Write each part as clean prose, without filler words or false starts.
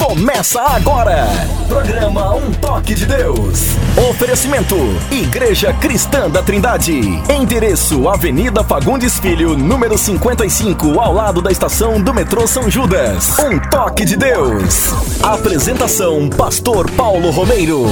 Começa agora. Programa Um Toque de Deus. Oferecimento: Igreja Cristã da Trindade. Endereço: Avenida Fagundes Filho, número 55, ao lado da estação do metrô São Judas. Um Toque de Deus. Apresentação: Pastor Paulo Romeiro.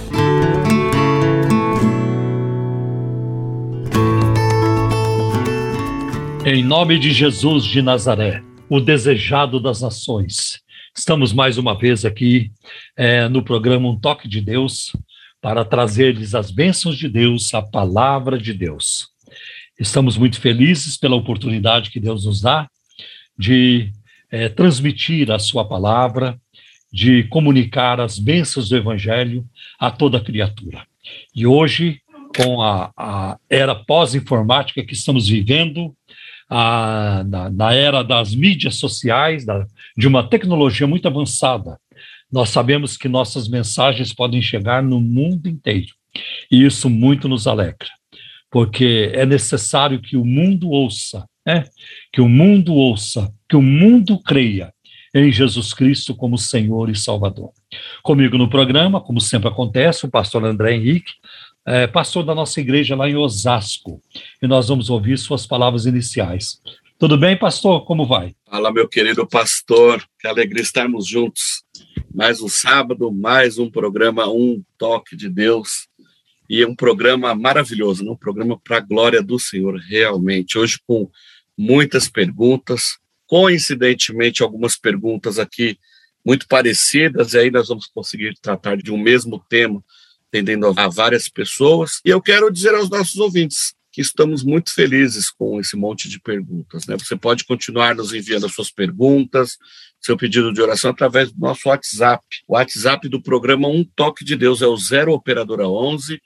Em nome de Jesus de Nazaré, o desejado das nações, estamos mais uma vez aqui no programa Um Toque de Deus para trazer-lhes as bênçãos de Deus, a palavra de Deus. Estamos muito felizes pela oportunidade que Deus nos dá de transmitir a sua palavra, de comunicar as bênçãos do Evangelho a toda criatura. E hoje, com a era pós-informática que estamos vivendo, na era das mídias sociais, de uma tecnologia muito avançada, nós sabemos que nossas mensagens podem chegar no mundo inteiro. E isso muito nos alegra, porque é necessário que o mundo ouça, que o mundo creia em Jesus Cristo como Senhor e Salvador. Comigo no programa, como sempre acontece, o pastor André Henrique, pastor da nossa igreja lá em Osasco, e nós vamos ouvir suas palavras iniciais. Tudo bem, pastor? Como vai? Fala, meu querido pastor, que alegria estarmos juntos. Mais um sábado, mais um programa Um Toque de Deus, e é um programa maravilhoso, um programa para a glória do Senhor, realmente. Hoje com muitas perguntas, coincidentemente algumas perguntas aqui muito parecidas, e aí nós vamos conseguir tratar de um mesmo tema, atendendo a várias pessoas. E eu quero dizer aos nossos ouvintes que estamos muito felizes com esse monte de perguntas, né? Você pode continuar nos enviando as suas perguntas, seu pedido de oração através do nosso WhatsApp. O WhatsApp do programa Um Toque de Deus é o 0 operadora 11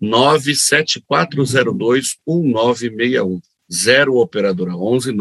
97402 1961. 0 operadora 11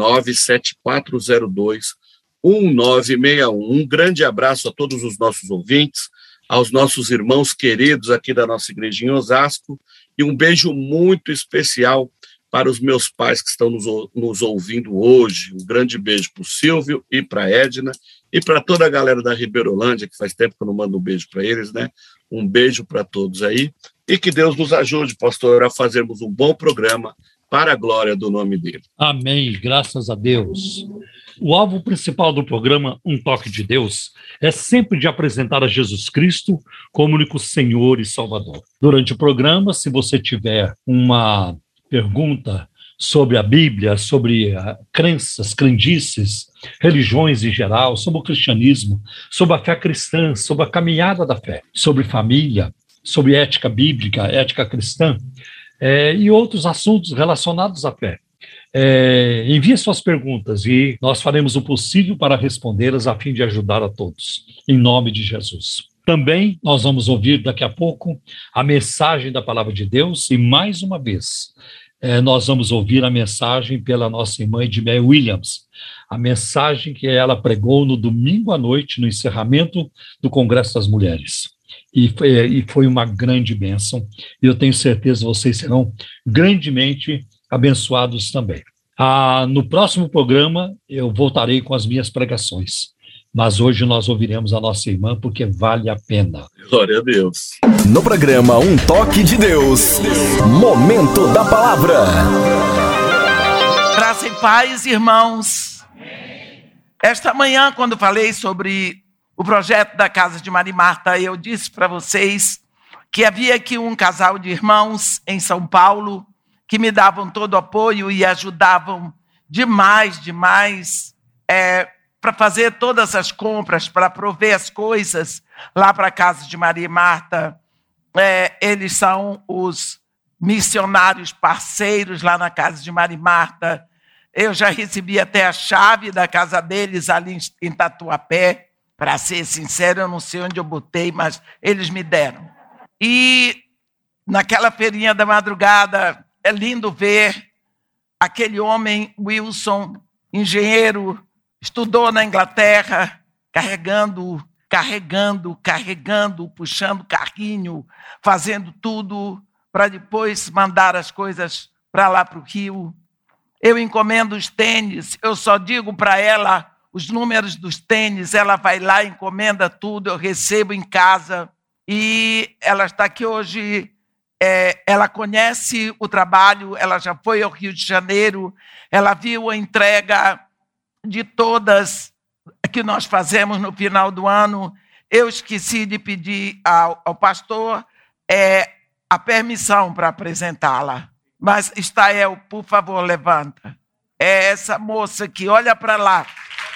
97402 1961. Um grande abraço a todos os nossos ouvintes, aos nossos irmãos queridos aqui da nossa igreja em Osasco, e um beijo muito especial para os meus pais que estão nos ouvindo hoje. Um grande beijo para o Silvio e para a Edna, e para toda a galera da Ribeirolândia, que faz tempo que eu não mando um beijo para eles, né? Um beijo para todos aí, e que Deus nos ajude, pastor, a fazermos um bom programa para a glória do nome dele. Amém, graças a Deus. O alvo principal do programa Um Toque de Deus é sempre de apresentar a Jesus Cristo como único Senhor e Salvador. Durante o programa, se você tiver uma pergunta sobre a Bíblia, sobre crenças, crendices, religiões em geral, sobre o cristianismo, sobre a fé cristã, sobre a caminhada da fé, sobre família, sobre ética bíblica, ética cristã, e outros assuntos relacionados à fé, envie suas perguntas e nós faremos o possível para respondê-las a fim de ajudar a todos, em nome de Jesus. Também nós vamos ouvir daqui a pouco a mensagem da Palavra de Deus, e mais uma vez nós vamos ouvir a mensagem pela nossa irmã Edmé Williams, a mensagem que ela pregou no domingo à noite, no encerramento do Congresso das Mulheres. E foi uma grande bênção, e eu tenho certeza que vocês serão grandemente abençoados também. No próximo programa eu voltarei com as minhas pregações, mas hoje nós ouviremos a nossa irmã porque vale a pena. Glória a Deus. No programa Um Toque de Deus, Momento da Palavra. Graça e paz, irmãos. Esta manhã, quando falei sobre o projeto da Casa de Maria e Marta, eu disse para vocês que havia aqui um casal de irmãos em São Paulo que me davam todo o apoio e ajudavam demais, para fazer todas as compras, para prover as coisas lá para a Casa de Maria e Marta. Eles são os missionários parceiros lá na Casa de Maria e Marta. Eu já recebi até a chave da casa deles ali em Tatuapé. Para ser sincero, eu não sei onde eu botei, mas eles me deram. E naquela feirinha da madrugada, é lindo ver aquele homem, Wilson, engenheiro, estudou na Inglaterra, carregando, puxando carrinho, fazendo tudo para depois mandar as coisas para lá para o Rio. Eu encomendo os tênis, eu só digo para ela os números dos tênis, ela vai lá, encomenda tudo, eu recebo em casa. E ela está aqui hoje, ela conhece o trabalho, ela já foi ao Rio de Janeiro, ela viu a entrega de todas que nós fazemos no final do ano. Eu esqueci de pedir ao pastor a permissão para apresentá-la. Mas, Estael, por favor, levanta. É essa moça aqui, olha para lá.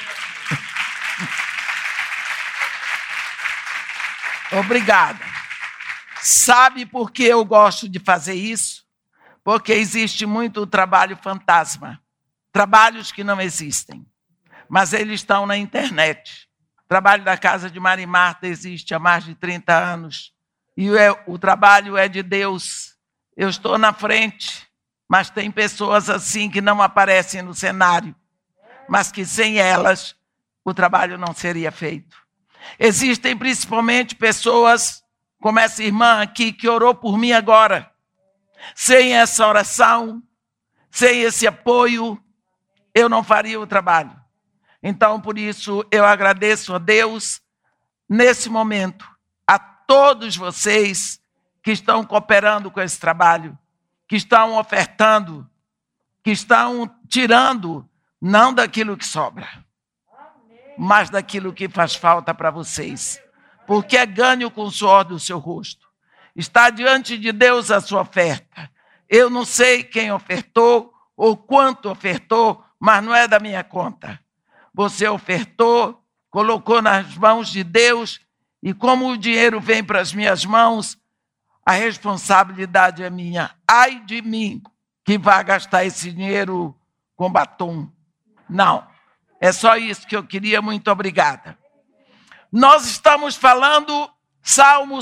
Obrigada. Sabe por que eu gosto de fazer isso? Porque existe muito trabalho fantasma. Trabalhos que não existem, mas eles estão na internet. O trabalho da Casa de Maria e Marta existe há mais de 30 anos. E o trabalho é de Deus. Eu estou na frente, mas tem pessoas assim que não aparecem no cenário, mas que sem elas o trabalho não seria feito. Existem principalmente pessoas, como essa irmã aqui, que orou por mim agora. Sem essa oração, sem esse apoio, eu não faria o trabalho. Então, por isso, eu agradeço a Deus, nesse momento, a todos vocês que estão cooperando com esse trabalho, que estão ofertando, que estão tirando, não daquilo que sobra, mas daquilo que faz falta para vocês. Porque é ganho com o suor do seu rosto. Está diante de Deus a sua oferta. Eu não sei quem ofertou ou quanto ofertou, mas não é da minha conta. Você ofertou, colocou nas mãos de Deus, e como o dinheiro vem para as minhas mãos, a responsabilidade é minha. Ai de mim que vai gastar esse dinheiro com batom. Não. É só isso que eu queria. Muito obrigada. Nós estamos falando Salmo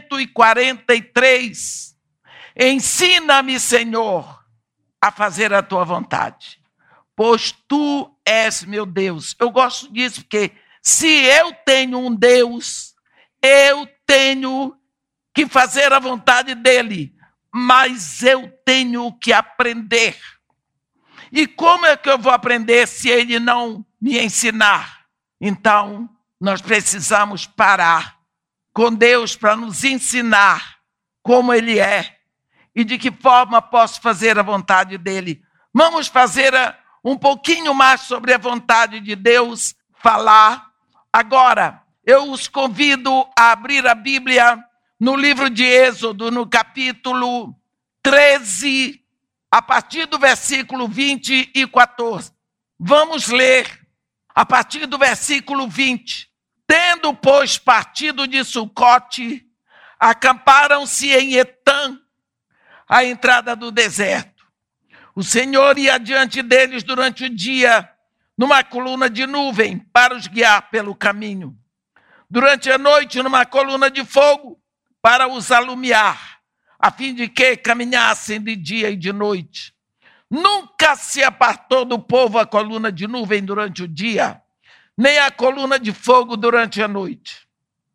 143. Ensina-me, Senhor, a fazer a tua vontade, pois tu és meu Deus. Eu gosto disso porque se eu tenho um Deus, eu tenho que fazer a vontade dele, mas eu tenho que aprender. E como é que eu vou aprender se ele não me ensinar? Então, nós precisamos parar com Deus para nos ensinar como ele é e de que forma posso fazer a vontade dele. Vamos fazer um pouquinho mais sobre a vontade de Deus, falar. Agora, eu os convido a abrir a Bíblia no livro de Êxodo, no capítulo 13, a partir do versículo 20 e 14. Vamos ler a partir do versículo 20. Tendo, pois, partido de Sucote, acamparam-se em Etã, à entrada do deserto. O Senhor ia diante deles durante o dia, numa coluna de nuvem, para os guiar pelo caminho. Durante a noite, numa coluna de fogo, para os alumiar, a fim de que caminhassem de dia e de noite. Nunca se apartou do povo a coluna de nuvem durante o dia, nem a coluna de fogo durante a noite.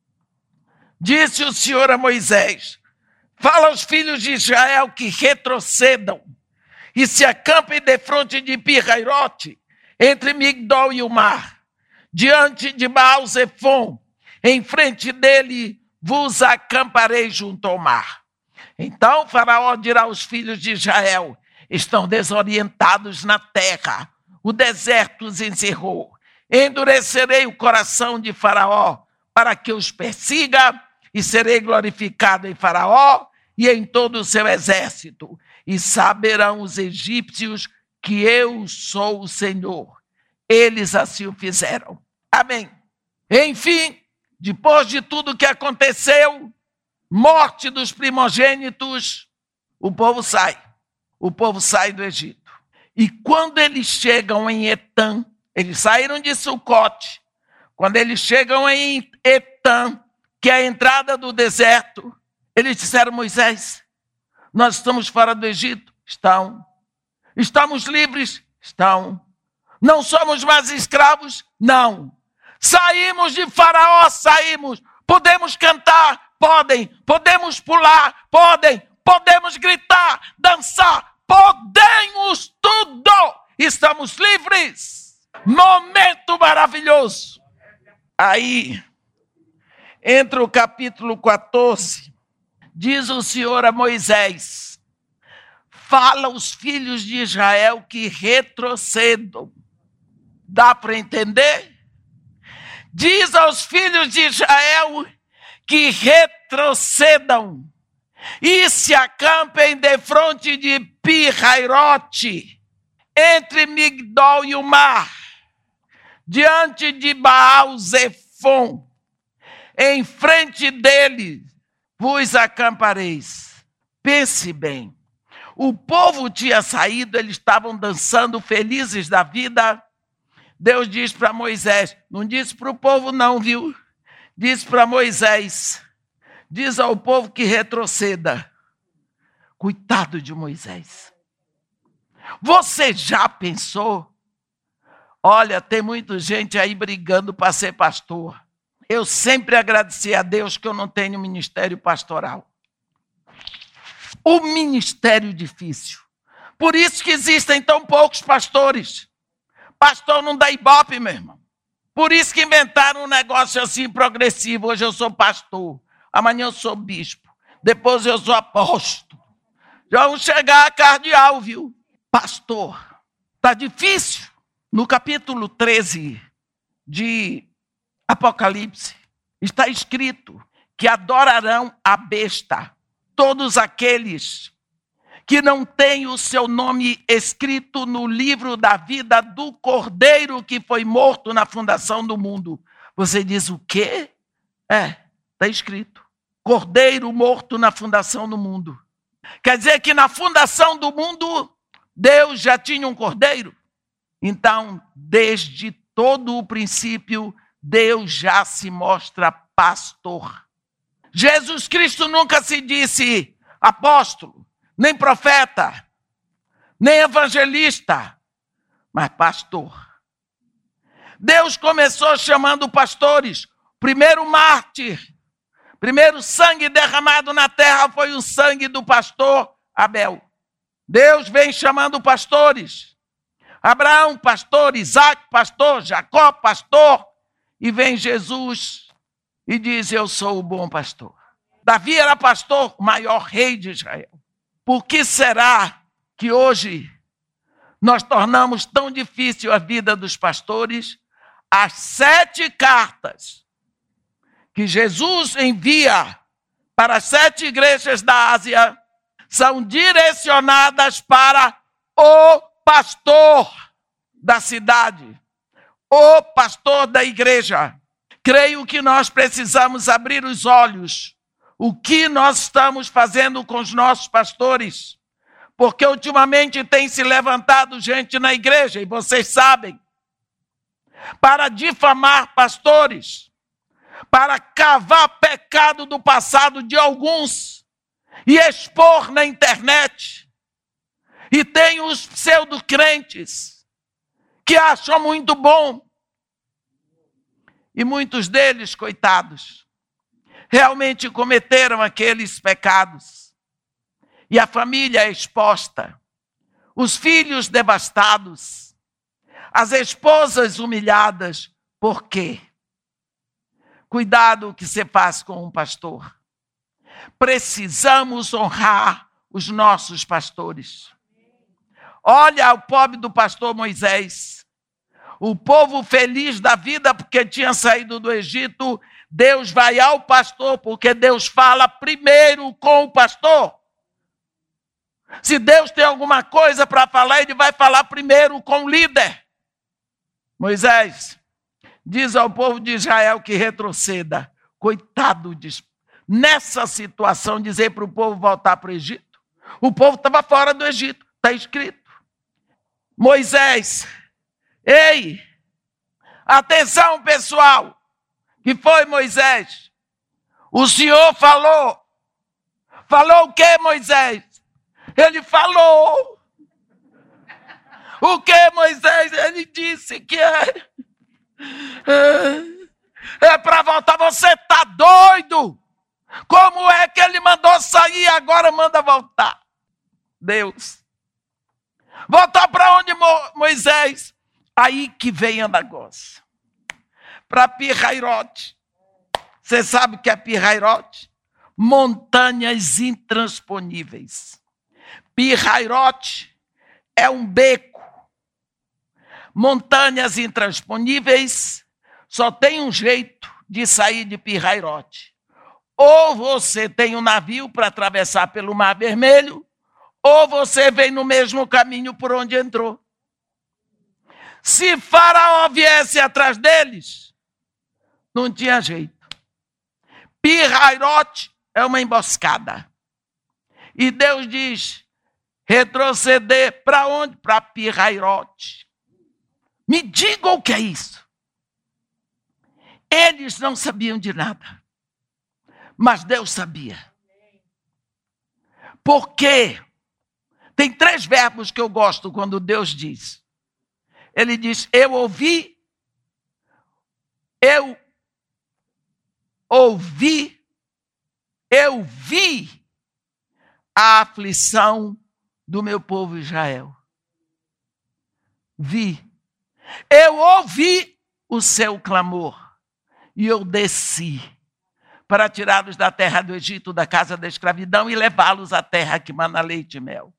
Disse o Senhor a Moisés: fala aos filhos de Israel que retrocedam e se acampem defronte de Pi-Hairote, entre Migdol e o mar, diante de Baal-Zephon, em frente dele vos acamparei junto ao mar. Então Faraó dirá aos filhos de Israel: estão desorientados na terra, o deserto os encerrou. Endurecerei o coração de Faraó para que os persiga, e serei glorificado em Faraó e em todo o seu exército. E saberão os egípcios que eu sou o Senhor. Eles assim o fizeram. Amém. Enfim, depois de tudo que aconteceu, morte dos primogênitos, o povo sai. O povo sai do Egito. E quando eles chegam em Etã, eles saíram de Sucote. Quando eles chegam em Etã, que é a entrada do deserto, eles disseram: Moisés, nós estamos fora do Egito? Estão. Estamos livres? Estão. Não somos mais escravos? Não. Saímos de Faraó? Saímos. Podemos cantar? Podem. Podemos pular? Podem. Podemos gritar, dançar? Podemos tudo. Estamos livres. Momento maravilhoso. Aí, entre o capítulo 14, diz o Senhor a Moisés: fala aos filhos de Israel que retrocedam. Dá para entender? Diz aos filhos de Israel que retrocedam e se acampem defronte de Pi-Hairote, entre Migdol e o mar, diante de Baal-Zefon. Em frente dele vos acampareis. Pense bem. O povo tinha saído, eles estavam dançando felizes da vida. Deus diz para Moisés, não disse para o povo não, viu? Diz para Moisés, diz ao povo que retroceda. Coitado de Moisés. Você já pensou? Olha, tem muita gente aí brigando para ser pastor. Eu sempre agradeci a Deus que eu não tenho ministério pastoral. O ministério difícil. Por isso que existem tão poucos pastores. Pastor não dá ibope, meu irmão. Por isso que inventaram um negócio assim progressivo. Hoje eu sou pastor, amanhã eu sou bispo, depois eu sou apóstolo. Já vamos chegar a cardeal, viu? Pastor, está difícil. No capítulo 13 de Apocalipse, está escrito que adorarão a besta todos aqueles que não têm o seu nome escrito no livro da vida do Cordeiro que foi morto na fundação do mundo. Você diz o quê? Está escrito. Cordeiro morto na fundação do mundo. Quer dizer que na fundação do mundo, Deus já tinha um cordeiro? Então, desde todo o princípio, Deus já se mostra pastor. Jesus Cristo nunca se disse apóstolo, nem profeta, nem evangelista, mas pastor. Deus começou chamando pastores. Primeiro mártir, primeiro sangue derramado na terra foi o sangue do pastor Abel. Deus vem chamando pastores. Abraão, pastor, Isaac, pastor, Jacó, pastor. E vem Jesus e diz, eu sou o bom pastor. Davi era pastor, o maior rei de Israel. Por que será que hoje nós tornamos tão difícil a vida dos pastores? As 7 cartas que Jesus envia para as 7 igrejas da Ásia são direcionadas para o pastor da cidade, o pastor da igreja. Creio que nós precisamos abrir os olhos. O que nós estamos fazendo com os nossos pastores? Porque ultimamente tem se levantado gente na igreja, e vocês sabem, para difamar pastores, para cavar pecado do passado de alguns e expor na internet. E tem os pseudo-crentes que acham muito bom. E muitos deles, coitados, realmente cometeram aqueles pecados. E a família é exposta, os filhos devastados, as esposas humilhadas. Por quê? Cuidado o que você faz com um pastor. Precisamos honrar os nossos pastores. Olha o pobre do pastor Moisés. O povo feliz da vida porque tinha saído do Egito. Deus vai ao pastor porque Deus fala primeiro com o pastor. Se Deus tem alguma coisa para falar, ele vai falar primeiro com o líder. Moisés diz ao povo de Israel que retroceda. Coitado de... Nessa situação, dizer para o povo voltar para o Egito. O povo estava fora do Egito, está escrito. Moisés, ei, atenção pessoal, que foi Moisés? O Senhor falou. Falou o que, Moisés? Ele falou. O que, Moisés? Ele disse que é para voltar. Você está doido? Como é que ele mandou sair e agora manda voltar? Deus. Voltar para onde, Moisés? Aí que vem o negócio. Para Pi-Hairote. Você sabe o que é Pi-Hairote? Montanhas intransponíveis. Pi-Hairote é um beco. Montanhas intransponíveis, só tem um jeito de sair de Pi-Hairote. Ou você tem um navio para atravessar pelo Mar Vermelho, ou você vem no mesmo caminho por onde entrou. Se Faraó viesse atrás deles, não tinha jeito. Pi-Hairote é uma emboscada. E Deus diz, retroceder para onde? Para Pi-Hairote. Me digam o que é isso. Eles não sabiam de nada. Mas Deus sabia. Porque tem 3 verbos que eu gosto quando Deus diz. Ele diz, eu ouvi vi a aflição do meu povo Israel. Vi. Eu ouvi o seu clamor e eu desci para tirá-los da terra do Egito, da casa da escravidão e levá-los à terra que mana leite e mel.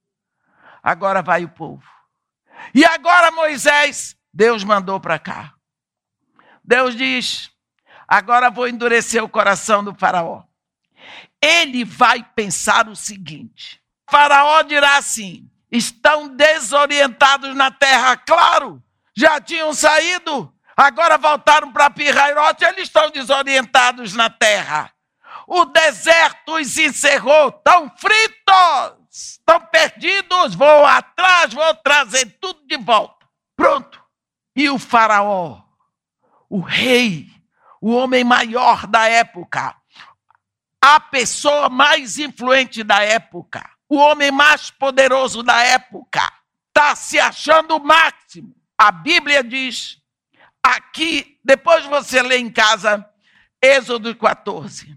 Agora vai o povo. E agora Moisés, Deus mandou para cá. Deus diz, agora vou endurecer o coração do faraó. Ele vai pensar o seguinte, Faraó dirá assim, estão desorientados na terra, claro, já tinham saído, agora voltaram para Pi-Hairote, eles estão desorientados na terra. O deserto os encerrou, estão fritos, estão perdidos, vou atrás, vou trazer tudo de volta. Pronto. E o faraó, o rei, o homem maior da época, a pessoa mais influente da época, o homem mais poderoso da época, está se achando o máximo. A Bíblia diz, aqui, depois você lê em casa, Êxodo 14.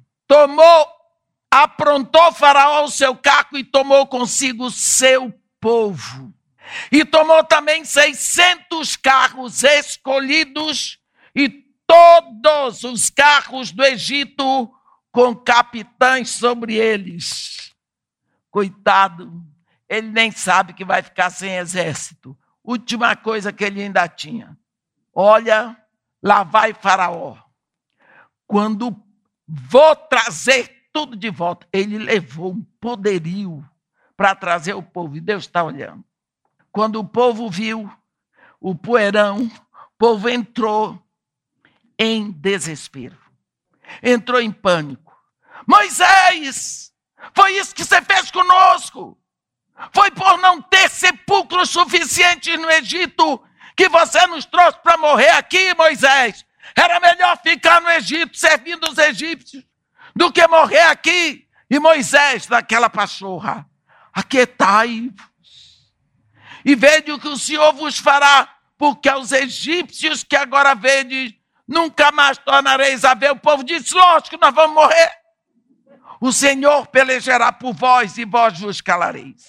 Aprontou Faraó o seu carro e tomou consigo o seu povo. E tomou também 600 carros escolhidos e todos os carros do Egito com capitães sobre eles. Coitado, ele nem sabe que vai ficar sem exército. Última coisa que ele ainda tinha. Olha, lá vai Faraó. Quando vou trazer tudo de volta, ele levou um poderio para trazer o povo. E Deus está olhando. Quando o povo viu o poeirão, o povo entrou em desespero. Entrou em pânico. Moisés, foi isso que você fez conosco. Foi por não ter sepulcros suficientes no Egito que você nos trouxe para morrer aqui, Moisés. Era melhor ficar no Egito servindo os egípcios do que morrer aqui. E Moisés, daquela pachorra, aquietai-vos e vede o que o Senhor vos fará, porque aos egípcios que agora vedes, nunca mais tornareis a ver. O povo disse, lógico, nós vamos morrer. O Senhor pelejará por vós e vós vos calareis.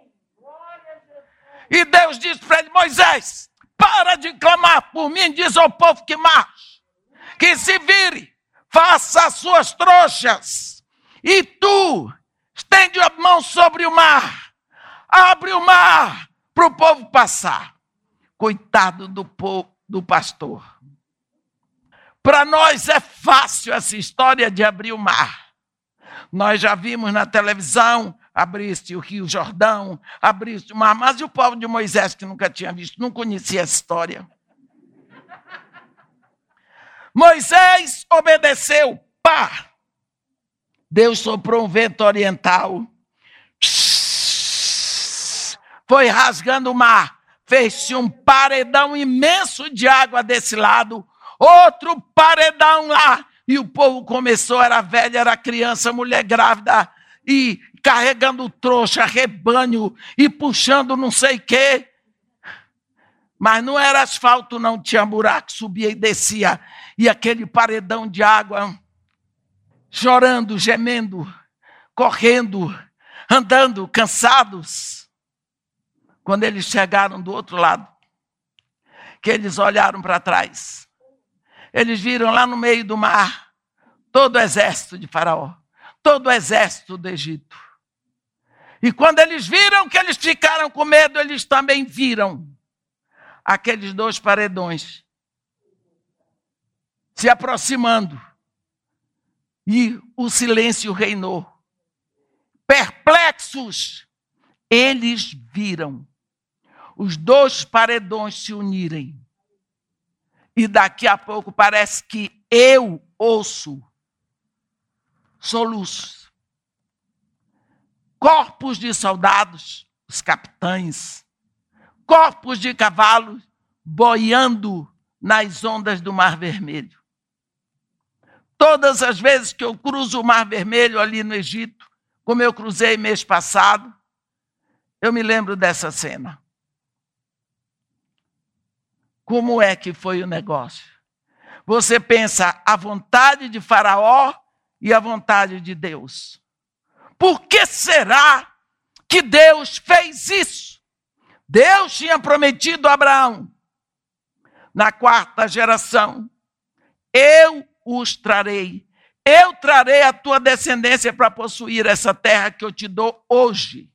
E Deus disse para ele, Moisés, para de clamar por mim, diz ao povo que marche, que se vire, faça as suas trouxas, e tu estende a mão sobre o mar, abre o mar para o povo passar. Coitado do pastor. Para nós é fácil essa história de abrir o mar. Nós já vimos na televisão, abriste o Rio Jordão, abriste o mar, mas e o povo de Moisés que nunca tinha visto, não conhecia essa história. Moisés obedeceu, pá! Deus soprou um vento oriental, foi rasgando o mar, fez-se um paredão imenso de água desse lado, outro paredão lá, e o povo começou, era velha, era criança, mulher grávida, e carregando trouxa, rebanho, e puxando não sei o quê. Mas não era asfalto não, tinha buraco, subia e descia, e aquele paredão de água, chorando, gemendo, correndo, andando, cansados. Quando eles chegaram do outro lado, que eles olharam para trás. Eles viram lá no meio do mar todo o exército de Faraó, todo o exército do Egito. E quando eles viram que eles ficaram com medo, eles também viram aqueles 2 paredões se aproximando. E o silêncio reinou. Perplexos, eles viram os 2 paredões se unirem. E daqui a pouco parece que eu ouço soluços. Corpos de soldados, os capitães, corpos de cavalos boiando nas ondas do Mar Vermelho. Todas as vezes que eu cruzo o Mar Vermelho ali no Egito, como eu cruzei mês passado, eu me lembro dessa cena. Como é que foi o negócio? Você pensa a vontade de Faraó e a vontade de Deus. Por que será que Deus fez isso? Deus tinha prometido a Abraão, na 4ª geração, eu os trarei. Eu trarei a tua descendência para possuir essa terra que eu te dou hoje.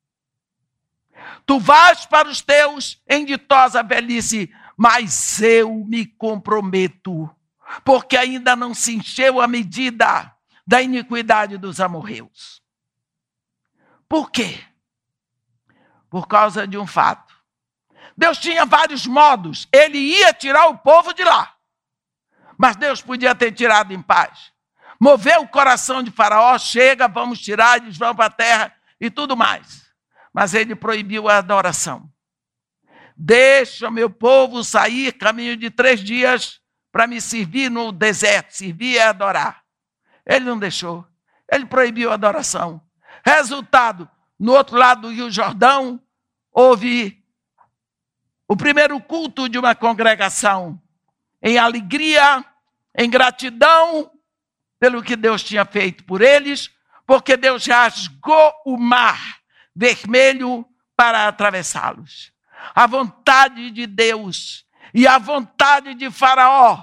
Tu vais para os teus em ditosa velhice, mas eu me comprometo, porque ainda não se encheu a medida da iniquidade dos amorreus. Por quê? Por causa de um fato. Deus tinha vários modos. Ele ia tirar o povo de lá, mas Deus podia ter tirado em paz. Moveu o coração de Faraó, chega, vamos tirar, eles vão para a terra e tudo mais. Mas ele proibiu a adoração. Deixa meu povo sair caminho de 3 dias para me servir no deserto. Servir é adorar. Ele não deixou. Ele proibiu a adoração. Resultado, no outro lado do Rio Jordão, houve o primeiro culto de uma congregação em alegria, em gratidão pelo que Deus tinha feito por eles, porque Deus rasgou o Mar Vermelho para atravessá-los. A vontade de Deus e a vontade de Faraó.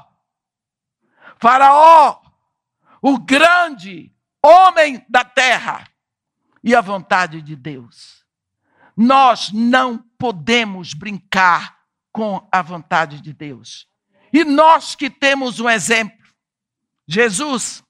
Faraó, o grande homem da terra, e a vontade de Deus. Nós não podemos brincar com a vontade de Deus. E nós que temos um exemplo, Jesus,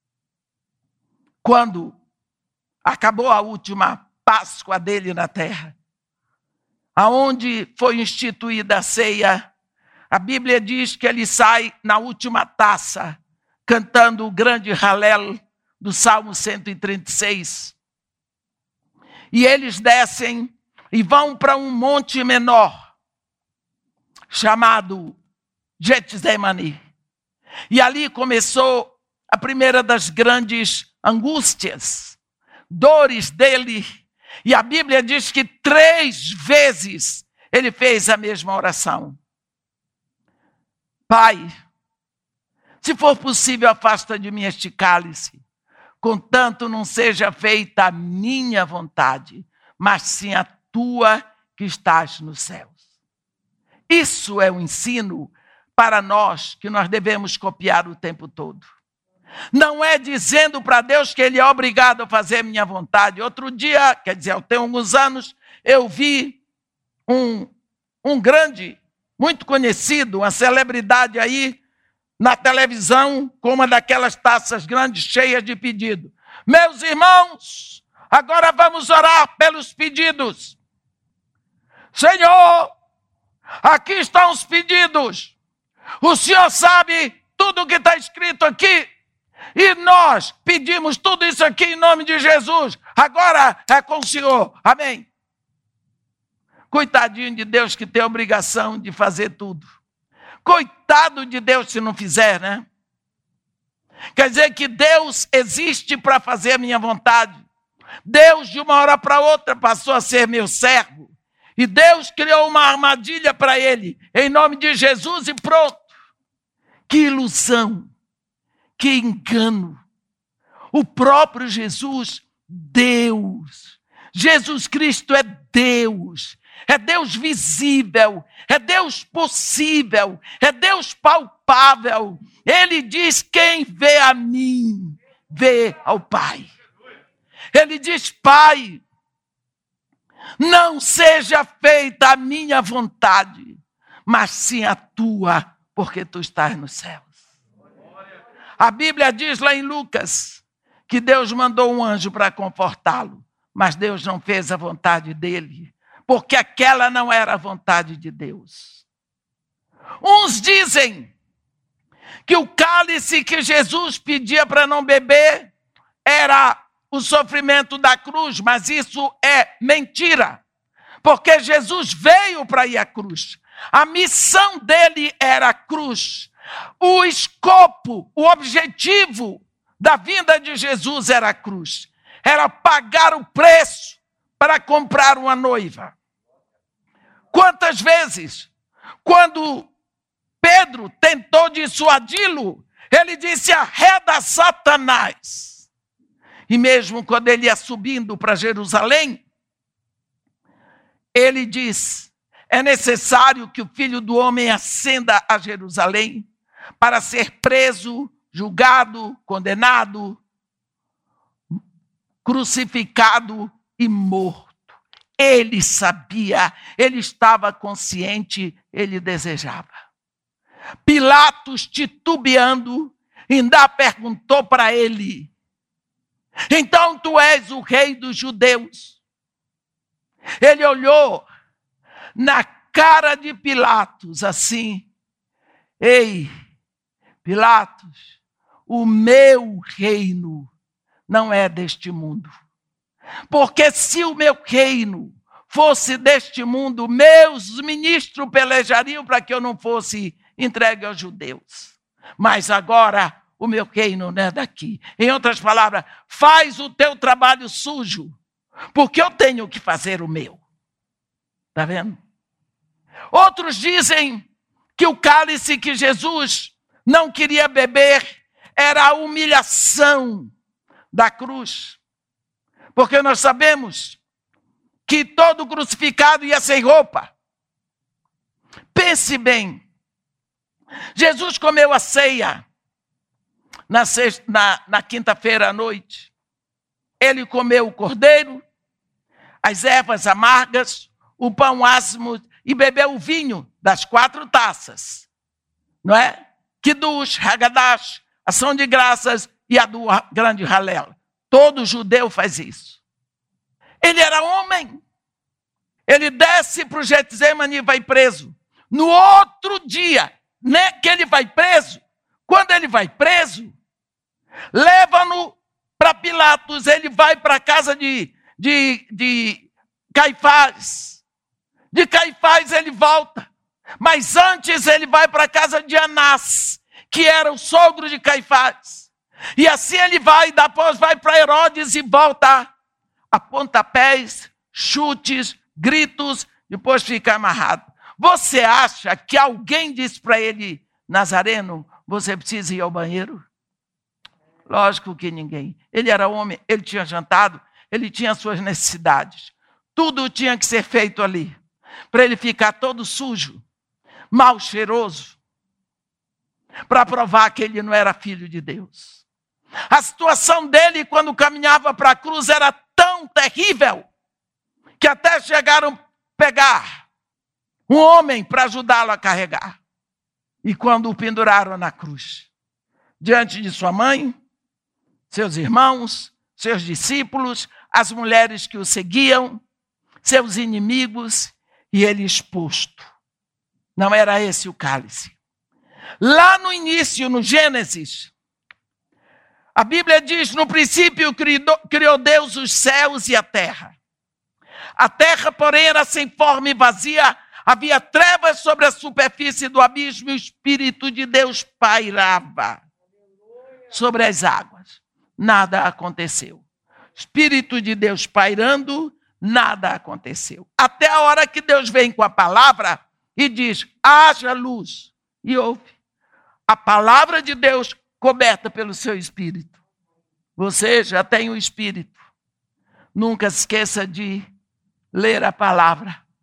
quando acabou a última Páscoa dele na terra, aonde foi instituída a ceia, a Bíblia diz que ele sai na última taça, cantando o grande Halel do Salmo 136. E eles descem e vão para um monte menor, chamado Getsemane. E ali começou a primeira das grandes angústias, dores dele. E a Bíblia diz que 3 vezes ele fez a mesma oração. Pai, se for possível, afasta de mim este cálice, contanto não seja feita a minha vontade, mas sim a tua que estás nos céus. Isso é um ensino para nós que nós devemos copiar o tempo todo. Não é dizendo para Deus que ele é obrigado a fazer a minha vontade. Outro dia, quer dizer, eu tenho alguns anos, eu vi um grande, muito conhecido, uma celebridade aí na televisão, com uma daquelas taças grandes cheias de pedido. Meus irmãos, agora vamos orar pelos pedidos. Senhor, aqui estão os pedidos. O Senhor sabe tudo o que está escrito aqui. E nós pedimos tudo isso aqui em nome de Jesus. Agora é com o Senhor. Amém. Coitadinho de Deus que tem a obrigação de fazer tudo. Coitado de Deus se não fizer, né? Quer dizer que Deus existe para fazer a minha vontade. Deus, de uma hora para outra, passou a ser meu servo. E Deus criou uma armadilha para ele, em nome de Jesus, e pronto. Que ilusão, que engano. O próprio Jesus, Deus. Jesus Cristo é Deus. é Deus visível, é Deus possível, é Deus palpável. Ele diz: quem vê a mim, vê ao Pai. Ele diz: Pai, não seja feita a minha vontade, mas sim a tua, porque tu estás nos céus. A Bíblia diz lá em Lucas que Deus mandou um anjo para confortá-lo, mas Deus não fez a vontade dele, porque aquela não era a vontade de Deus. Uns dizem que o cálice que Jesus pedia para não beber era o sofrimento da cruz, mas isso é mentira, porque Jesus veio para ir à cruz. A missão dele era a cruz. O escopo, o objetivo da vinda de Jesus era a cruz. Era pagar o preço para comprar uma noiva. Quantas vezes, quando Pedro tentou dissuadi-lo, ele disse: arreda Satanás. E mesmo quando ele ia subindo para Jerusalém, ele diz: é necessário que o Filho do Homem ascenda a Jerusalém para ser preso, julgado, condenado, crucificado e morto. Ele sabia, ele estava consciente, ele desejava. Pilatos, titubeando, ainda perguntou para ele: então tu és o rei dos judeus? Ele olhou na cara de Pilatos assim: ei, Pilatos, o meu reino não é deste mundo. Porque se o meu reino fosse deste mundo, meus ministros pelejariam para que eu não fosse entregue aos judeus. Mas agora o meu reino não é daqui. Em outras palavras, faz o teu trabalho sujo, porque eu tenho que fazer o meu. Está vendo? Outros dizem que o cálice que Jesus não queria beber era a humilhação da cruz. Porque nós sabemos que todo crucificado ia sem roupa. Pense bem. Jesus comeu a ceia na quinta-feira à noite. Ele comeu o cordeiro, as ervas amargas, o pão ácimo e bebeu o vinho das 4 taças. Não é? Kiddush, Hagadash, ação de graças e a do grande Halel. Todo judeu faz isso. Ele era homem. Ele desce para o Getsemane e vai preso. No outro dia, né, que ele vai preso, quando ele vai preso, leva-no para Pilatos. Ele vai para a casa de Caifás. De Caifás ele volta. Mas antes ele vai para a casa de Anás, que era o sogro de Caifás. E assim ele vai, depois vai para Herodes e volta a pontapés, chutes, gritos, depois fica amarrado. Você acha que alguém disse para ele: Nazareno, você precisa ir ao banheiro? Lógico que ninguém. Ele era homem, ele tinha jantado, ele tinha suas necessidades. Tudo tinha que ser feito ali, para ele ficar todo sujo, mal cheiroso, para provar que ele não era filho de Deus. A situação dele, quando caminhava para a cruz, era tão terrível, que até chegaram a pegar um homem para ajudá-lo a carregar. E quando o penduraram na cruz, diante de sua mãe, seus irmãos, seus discípulos, as mulheres que o seguiam, seus inimigos, e ele exposto. Não era esse o cálice. Lá no início, no Gênesis, a Bíblia diz: no princípio criou Deus os céus e a terra. A terra, porém, era sem forma e vazia. Havia trevas sobre a superfície do abismo e o Espírito de Deus pairava sobre as águas. Nada aconteceu. Espírito de Deus pairando, nada aconteceu. Até a hora que Deus vem com a palavra e diz: haja luz. E houve. A palavra de Deus coberta pelo seu Espírito. Você já tem o Espírito. Nunca esqueça de ler a palavra,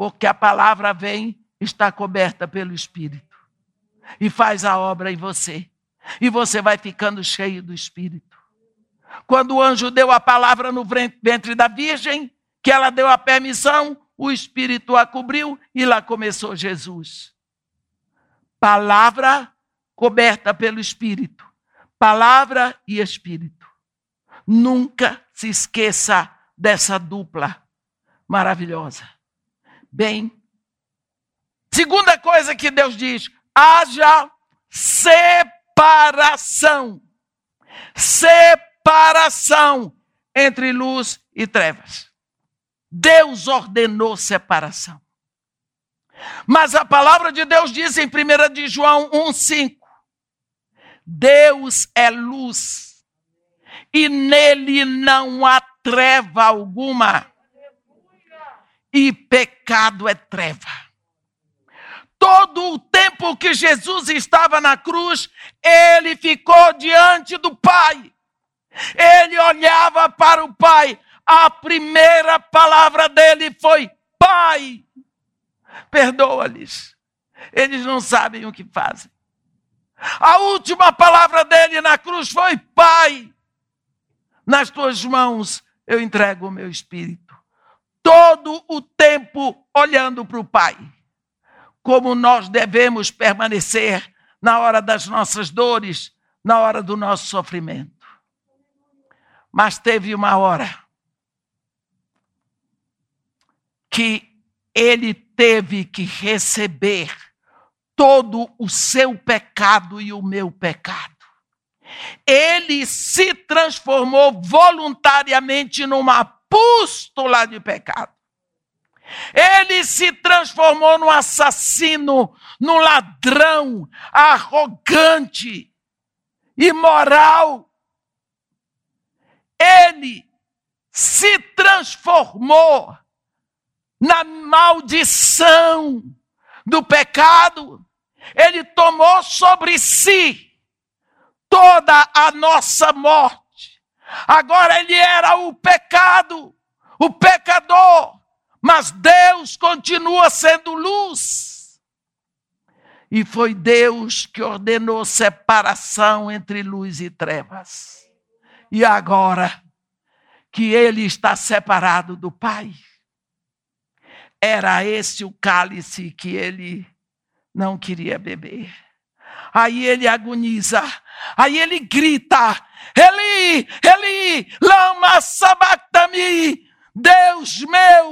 Porque a palavra vem, está coberta pelo Espírito. E faz a obra em você. E você vai ficando cheio do Espírito. Quando o anjo deu a palavra no ventre da Virgem, que ela deu a permissão, o Espírito a cobriu e lá começou Jesus. Palavra coberta pelo Espírito. Palavra e Espírito. Nunca se esqueça dessa dupla maravilhosa. Bem, segunda coisa que Deus diz, haja separação. Separação entre luz e trevas. Deus ordenou separação. Mas a palavra de Deus diz em 1 de João 1,5, Deus é luz e nele não há treva alguma. E pecado é treva. Todo o tempo que Jesus estava na cruz, ele ficou diante do Pai. Ele olhava para o Pai. A primeira palavra dele foi: Pai, perdoa-lhes. Eles não sabem o que fazem. A última palavra dele na cruz foi: Pai, nas tuas mãos eu entrego o meu espírito. Todo o tempo olhando para o Pai. Como nós devemos permanecer na hora das nossas dores, na hora do nosso sofrimento. Mas teve uma hora que ele teve que receber todo o seu pecado e o meu pecado. Ele se transformou voluntariamente numa pústula de pecado. Ele se transformou num assassino, num ladrão, arrogante, imoral. Ele se transformou na maldição do pecado. Ele tomou sobre si toda a nossa morte. Agora ele era o pecado, o pecador, mas Deus continua sendo luz. E foi Deus que ordenou separação entre luz e trevas. E agora que ele está separado do Pai, era esse o cálice que ele não queria beber. Aí ele agoniza, aí ele grita: Eli, Eli, lama sabachthani, Deus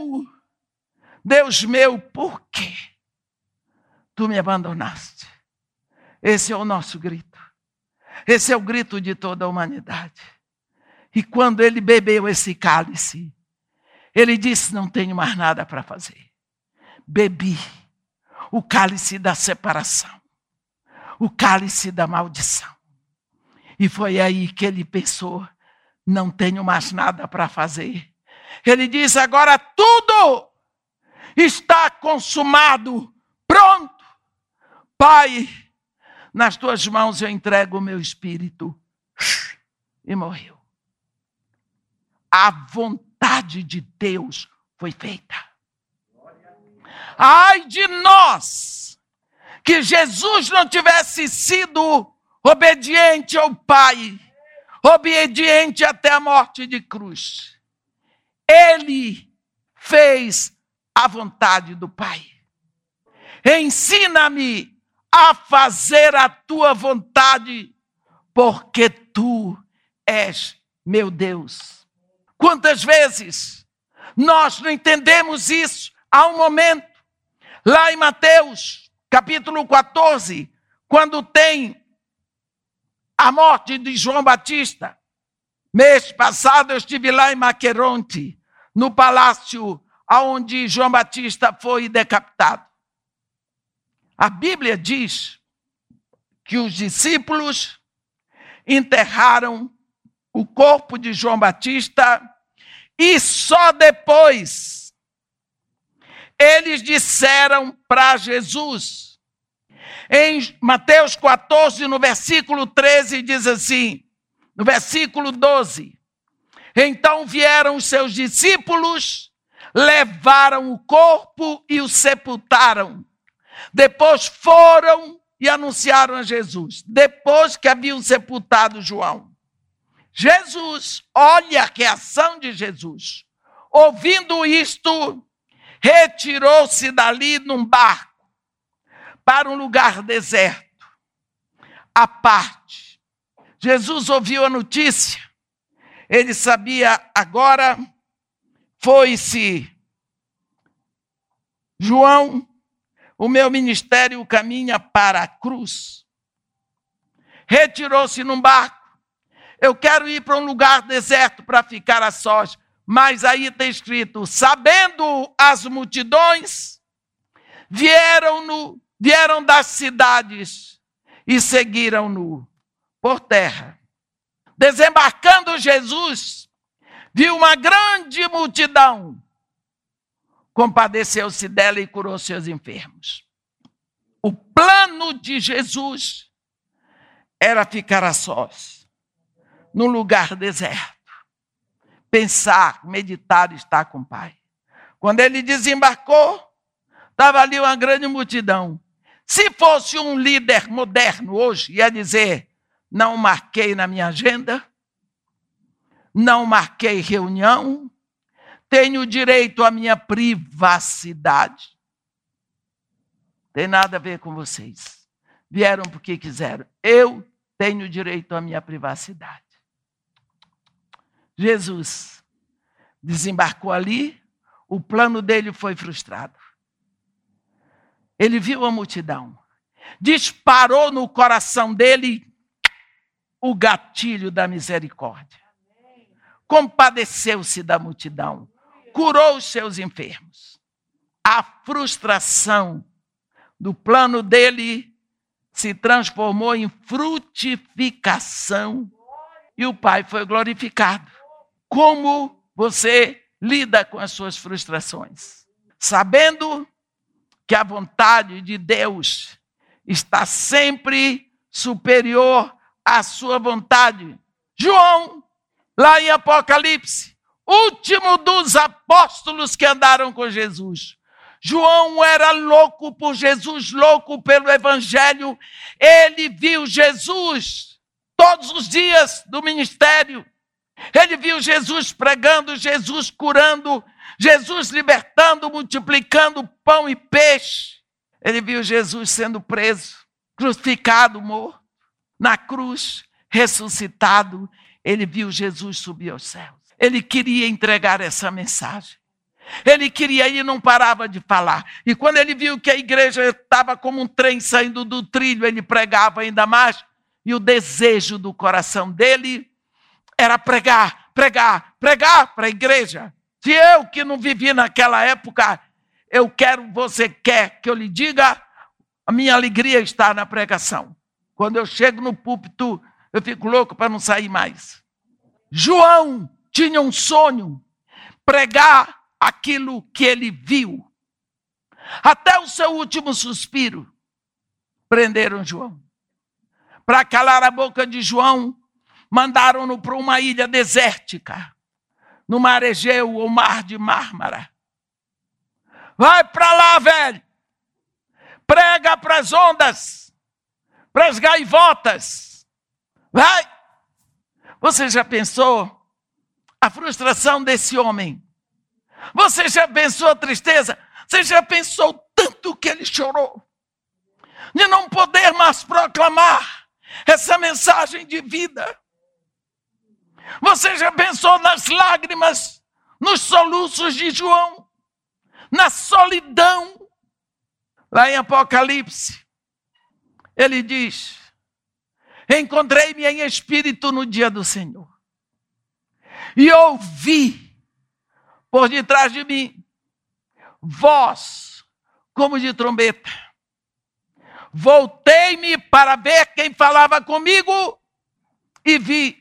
meu, por quê tu me abandonaste? Esse é o nosso grito. Esse é o grito de toda a humanidade. E quando ele bebeu esse cálice, ele disse: não tenho mais nada para fazer. Bebi o cálice da separação, o cálice da maldição. E foi aí que ele pensou: não tenho mais nada para fazer. Ele diz: agora tudo está consumado, pronto. Pai, nas tuas mãos eu entrego o meu espírito. E morreu. A vontade de Deus foi feita. Ai de nós, que Jesus não tivesse sido obediente ao Pai, obediente até a morte de cruz. Ele fez a vontade do Pai. Ensina-me a fazer a tua vontade, porque tu és meu Deus. Quantas vezes nós não entendemos isso? Há um momento, lá em Mateus, capítulo 14, quando tem a morte de João Batista. Mês passado eu estive lá em Maqueronte, no palácio onde João Batista foi decapitado. A Bíblia diz que os discípulos enterraram o corpo de João Batista e só depois eles disseram para Jesus. Em Mateus 14, no versículo 13, diz assim, no versículo 12, então vieram os seus discípulos, levaram o corpo e o sepultaram. Depois foram e anunciaram a Jesus, depois que haviam sepultado João. Jesus, olha a reação de Jesus. Ouvindo isto, retirou-se dali num barco para um lugar deserto, à parte. Jesus ouviu a notícia. Ele sabia agora, foi-se João, o meu ministério caminha para a cruz. Retirou-se num barco. Eu quero ir para um lugar deserto para ficar a sós. Mas aí está escrito, sabendo as multidões, vieram das cidades e seguiram-no por terra. Desembarcando Jesus, viu uma grande multidão, compadeceu-se dela e curou seus enfermos. O plano de Jesus era ficar a sós, num lugar deserto. Pensar, meditar, estar com o Pai. Quando ele desembarcou, estava ali uma grande multidão. Se fosse um líder moderno hoje, ia dizer, não marquei na minha agenda, não marquei reunião, tenho direito à minha privacidade. Tem nada a ver com vocês. Vieram porque quiseram. Eu tenho direito à minha privacidade. Jesus desembarcou ali, o plano dele foi frustrado. Ele viu a multidão, disparou no coração dele o gatilho da misericórdia. Compadeceu-se da multidão, curou os seus enfermos. A frustração do plano dele se transformou em frutificação e o Pai foi glorificado. Como você lida com as suas frustrações? Sabendo que a vontade de Deus está sempre superior à sua vontade. João, lá em Apocalipse, último dos apóstolos que andaram com Jesus. João era louco por Jesus, louco pelo Evangelho. Ele viu Jesus todos os dias do ministério. Ele viu Jesus pregando, Jesus curando, Jesus libertando, multiplicando pão e peixe. Ele viu Jesus sendo preso, crucificado, morto, na cruz, ressuscitado. Ele viu Jesus subir aos céus. Ele queria entregar essa mensagem. Ele queria ir e não parava de falar. E quando ele viu que a igreja estava como um trem saindo do trilho, ele pregava ainda mais. E o desejo do coração dele era pregar para a igreja. Se eu que não vivi naquela época, você quer que eu lhe diga, a minha alegria está na pregação. Quando eu chego no púlpito, eu fico louco para não sair mais. João tinha um sonho, pregar aquilo que ele viu. Até o seu último suspiro, prenderam João. Para calar a boca de João, mandaram-no para uma ilha desértica, no mar Egeu ou mar de Mármara. Vai para lá, velho. Prega para as ondas, para as gaivotas. Vai. Você já pensou a frustração desse homem? Você já pensou a tristeza? Você já pensou tanto que ele chorou? De não poder mais proclamar essa mensagem de vida? Você já pensou nas lágrimas, nos soluços de João, na solidão? Lá em Apocalipse, ele diz, encontrei-me em espírito no dia do Senhor, e ouvi por detrás de mim voz como de trombeta. Voltei-me para ver quem falava comigo e vi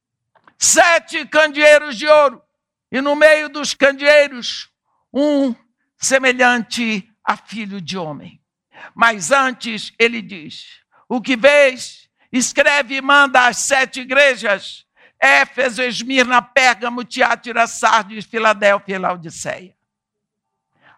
7 candeeiros de ouro, e no meio dos candeeiros, um semelhante a filho de homem. Mas antes ele diz, o que vês, escreve e manda às 7 igrejas, Éfeso, Esmirna, Pérgamo, Tiatira, Sardes, Filadélfia e Laodiceia.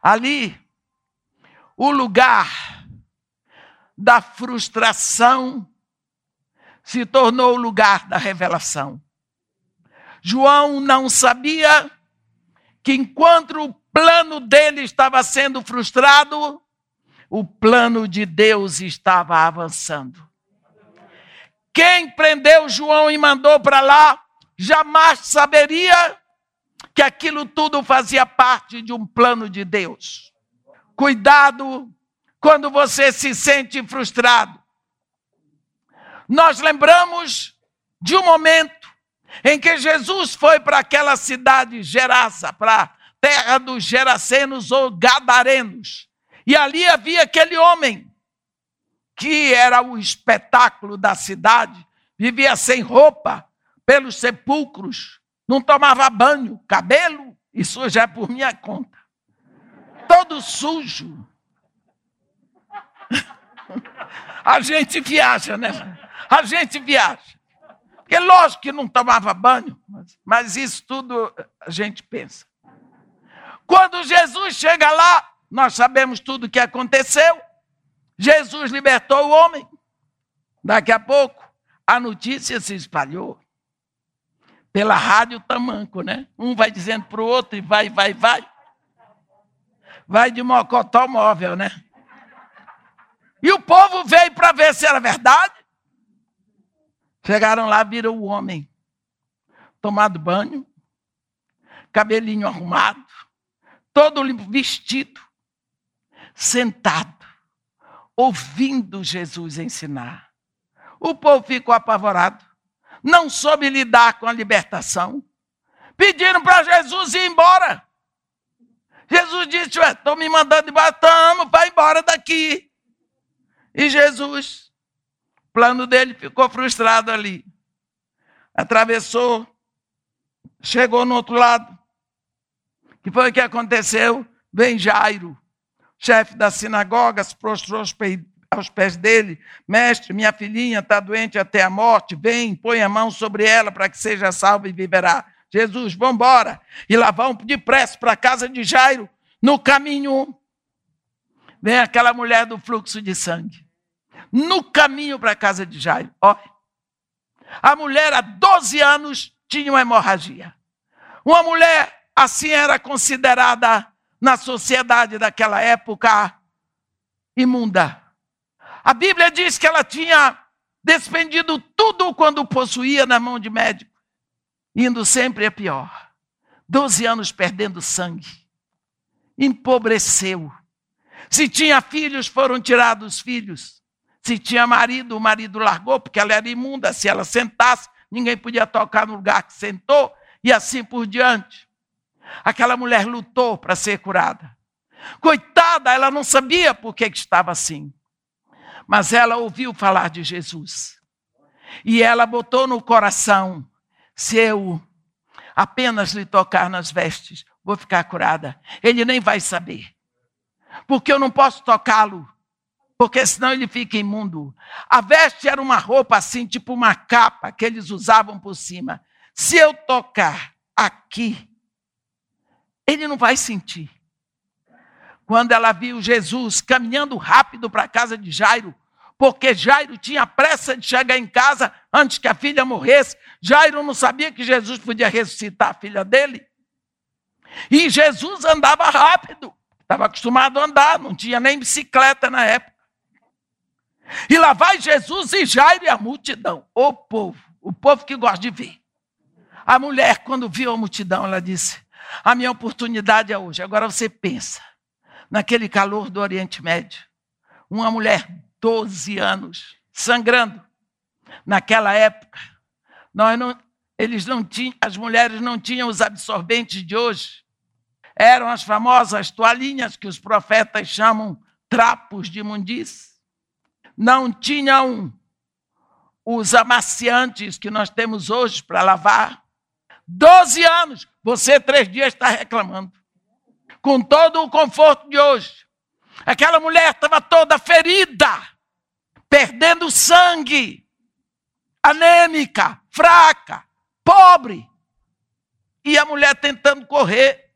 Ali, o lugar da frustração se tornou o lugar da revelação. João não sabia que enquanto o plano dele estava sendo frustrado, o plano de Deus estava avançando. Quem prendeu João e mandou para lá, jamais saberia que aquilo tudo fazia parte de um plano de Deus. Cuidado quando você se sente frustrado. Nós lembramos de um momento em que Jesus foi para aquela cidade Gerasa, para a terra dos Gerasenos ou Gadarenos. E ali havia aquele homem que era o espetáculo da cidade, vivia sem roupa, pelos sepulcros, não tomava banho, cabelo, isso já é por minha conta. Todo sujo. A gente viaja, né? A gente viaja. Porque lógico que não tomava banho, mas isso tudo a gente pensa. Quando Jesus chega lá, nós sabemos tudo o que aconteceu. Jesus libertou o homem. Daqui a pouco, a notícia se espalhou. Pela rádio tamanco, né? Um vai dizendo para o outro e vai. Vai de mocotó móvel, né? E o povo veio para ver se era verdade. Chegaram lá, viram o homem tomado banho, cabelinho arrumado, todo limpo, vestido, sentado, ouvindo Jesus ensinar. O povo ficou apavorado, não soube lidar com a libertação, pediram para Jesus ir embora. Jesus disse: estão me mandando embora, vai embora daqui. E Jesus, o plano dele ficou frustrado ali. Atravessou, chegou no outro lado. O que foi que aconteceu? Vem Jairo, chefe da sinagoga, se prostrou aos pés dele. Mestre, minha filhinha está doente até a morte. Vem, põe a mão sobre ela para que seja salva e viverá. Jesus, vamos embora. E lá vão depressa para a casa de Jairo. No caminho, vem aquela mulher do fluxo de sangue. No caminho para a casa de Jairo. Olha, a mulher há 12 anos tinha uma hemorragia. Uma mulher assim era considerada na sociedade daquela época imunda. A Bíblia diz que ela tinha despendido tudo quando possuía na mão de médico, indo sempre a pior. 12 anos perdendo sangue. Empobreceu. Se tinha filhos, foram tirados os filhos. Se tinha marido, o marido largou, porque ela era imunda. Se ela sentasse, ninguém podia tocar no lugar que sentou, e assim por diante. Aquela mulher lutou para ser curada. Coitada, ela não sabia por que estava assim. Mas ela ouviu falar de Jesus. E ela botou no coração: se eu apenas lhe tocar nas vestes, vou ficar curada. Ele nem vai saber. Porque eu não posso tocá-lo. Porque senão ele fica imundo. A veste era uma roupa assim, tipo uma capa que eles usavam por cima. Se eu tocar aqui, ele não vai sentir. Quando ela viu Jesus caminhando rápido para a casa de Jairo, porque Jairo tinha pressa de chegar em casa antes que a filha morresse. Jairo não sabia que Jesus podia ressuscitar a filha dele. E Jesus andava rápido. Estava acostumado a andar, não tinha nem bicicleta na época. E lá vai Jesus e Jairo e a multidão. O povo que gosta de ver. A mulher, quando viu a multidão, ela disse: a minha oportunidade é hoje. Agora você pensa, naquele calor do Oriente Médio, uma mulher, 12 anos, sangrando. Naquela época, as mulheres não tinham os absorventes de hoje. Eram as famosas toalhinhas que os profetas chamam trapos de imundície. Não tinham os amaciantes que nós temos hoje para lavar. 12 anos, você 3 dias está reclamando. Com todo o conforto de hoje. Aquela mulher estava toda ferida, perdendo sangue, anêmica, fraca, pobre. E a mulher tentando correr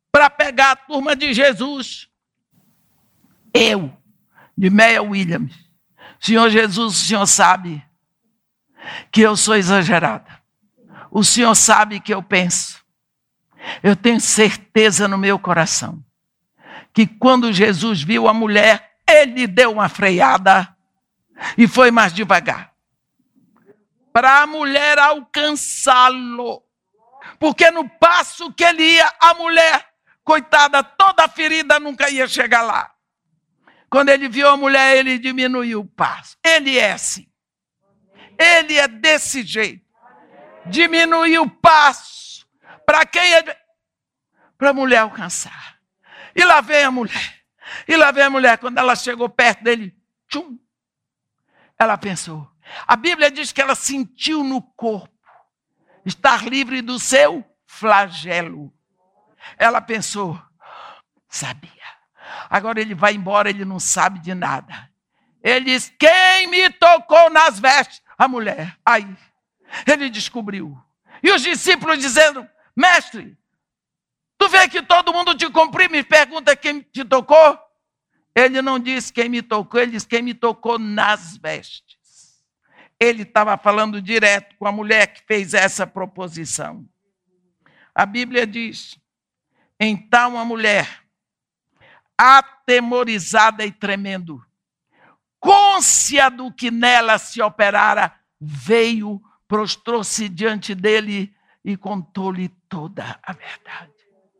para pegar a turma de Jesus. Eu, de Meia Williams. Senhor Jesus, o Senhor sabe que eu sou exagerada. O Senhor sabe que eu penso. Eu tenho certeza no meu coração que quando Jesus viu a mulher, ele deu uma freada e foi mais devagar para a mulher alcançá-lo. Porque no passo que ele ia, a mulher, coitada, toda ferida, nunca ia chegar lá. Quando ele viu a mulher, ele diminuiu o passo. Ele é assim. Ele é desse jeito. Diminuiu o passo. Para quem é? Para a mulher alcançar. E lá vem a mulher. E lá vem a mulher. Quando ela chegou perto dele, tchum, ela pensou. A Bíblia diz que ela sentiu no corpo estar livre do seu flagelo. Ela pensou, sabia. Agora ele vai embora, ele não sabe de nada. Ele diz, quem me tocou nas vestes? A mulher. Aí, ele descobriu. E os discípulos dizendo, mestre, tu vê que todo mundo te comprime e pergunta quem te tocou? Ele não disse quem me tocou, ele disse quem me tocou nas vestes. Ele estava falando direto com a mulher que fez essa proposição. A Bíblia diz, então a mulher, atemorizada e tremendo, côncia do que nela se operara, veio, prostrou-se diante dele e contou-lhe toda a verdade.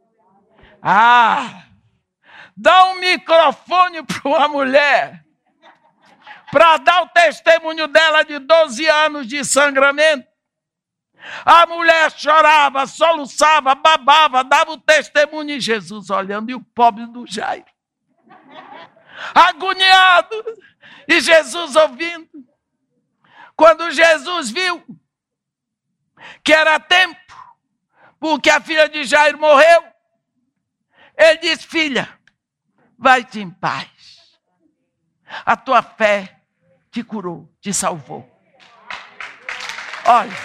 Dá um microfone para uma mulher para dar o testemunho dela de 12 anos de sangramento. A mulher chorava, soluçava, babava, dava o testemunho e Jesus olhando, e o pobre do Jairo, agoniado, e Jesus ouvindo. Quando Jesus viu que era tempo, porque a filha de Jairo morreu, ele disse, filha, vai-te em paz. A tua fé te curou, te salvou. Olha,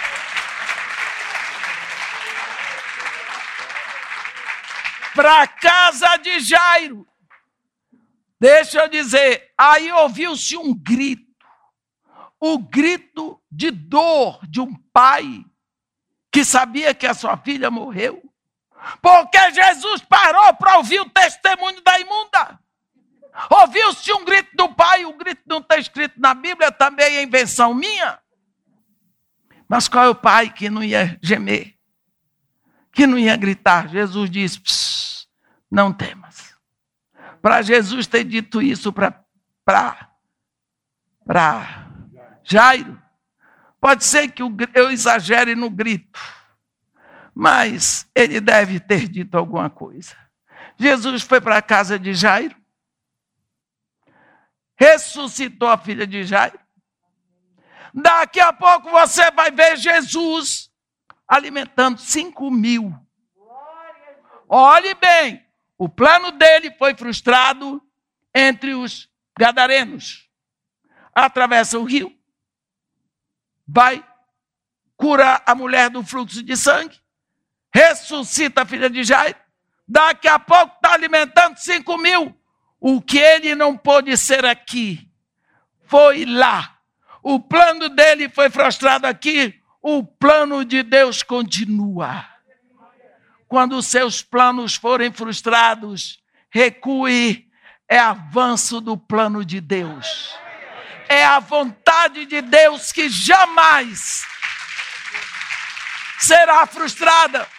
para a casa de Jairo, deixa eu dizer, aí ouviu-se um grito, o grito de dor de um pai que sabia que a sua filha morreu, porque Jesus parou para ouvir o testemunho da imunda. Ouviu-se um grito do pai, o grito não está escrito na Bíblia, também é invenção minha. Mas qual é o pai que não ia gemer? Que não ia gritar? Jesus disse, não temas. Para Jesus ter dito isso para Jairo, pode ser que eu exagere no grito, mas ele deve ter dito alguma coisa. Jesus foi para a casa de Jairo, ressuscitou a filha de Jairo. Daqui a pouco você vai ver Jesus alimentando 5.000. Olhe bem, o plano dele foi frustrado entre os gadarenos. Atravessa o rio, vai, cura a mulher do fluxo de sangue, ressuscita a filha de Jairo. Daqui a pouco está alimentando 5.000. O que ele não pôde ser aqui, foi lá. O plano dele foi frustrado aqui, o plano de Deus continua. Quando os seus planos forem frustrados, recue, é avanço do plano de Deus. É a vontade de Deus que jamais será frustrada.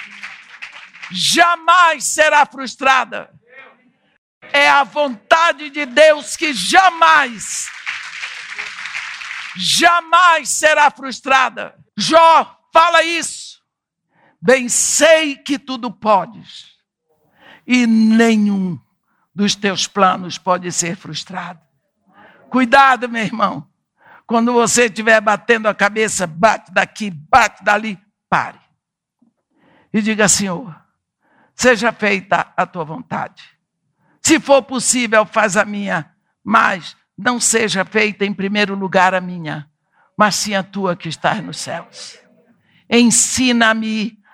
Jamais será frustrada. É a vontade de Deus que jamais será frustrada. Jó fala isso. Bem sei que tudo podes, e nenhum dos teus planos pode ser frustrado. Cuidado, meu irmão. Quando você estiver batendo a cabeça, bate daqui, bate dali, pare. E diga, Senhor, seja feita a tua vontade. Se for possível, faz a minha, mas não seja feita em primeiro lugar a minha, mas sim a tua que estás nos céus. Ensina-me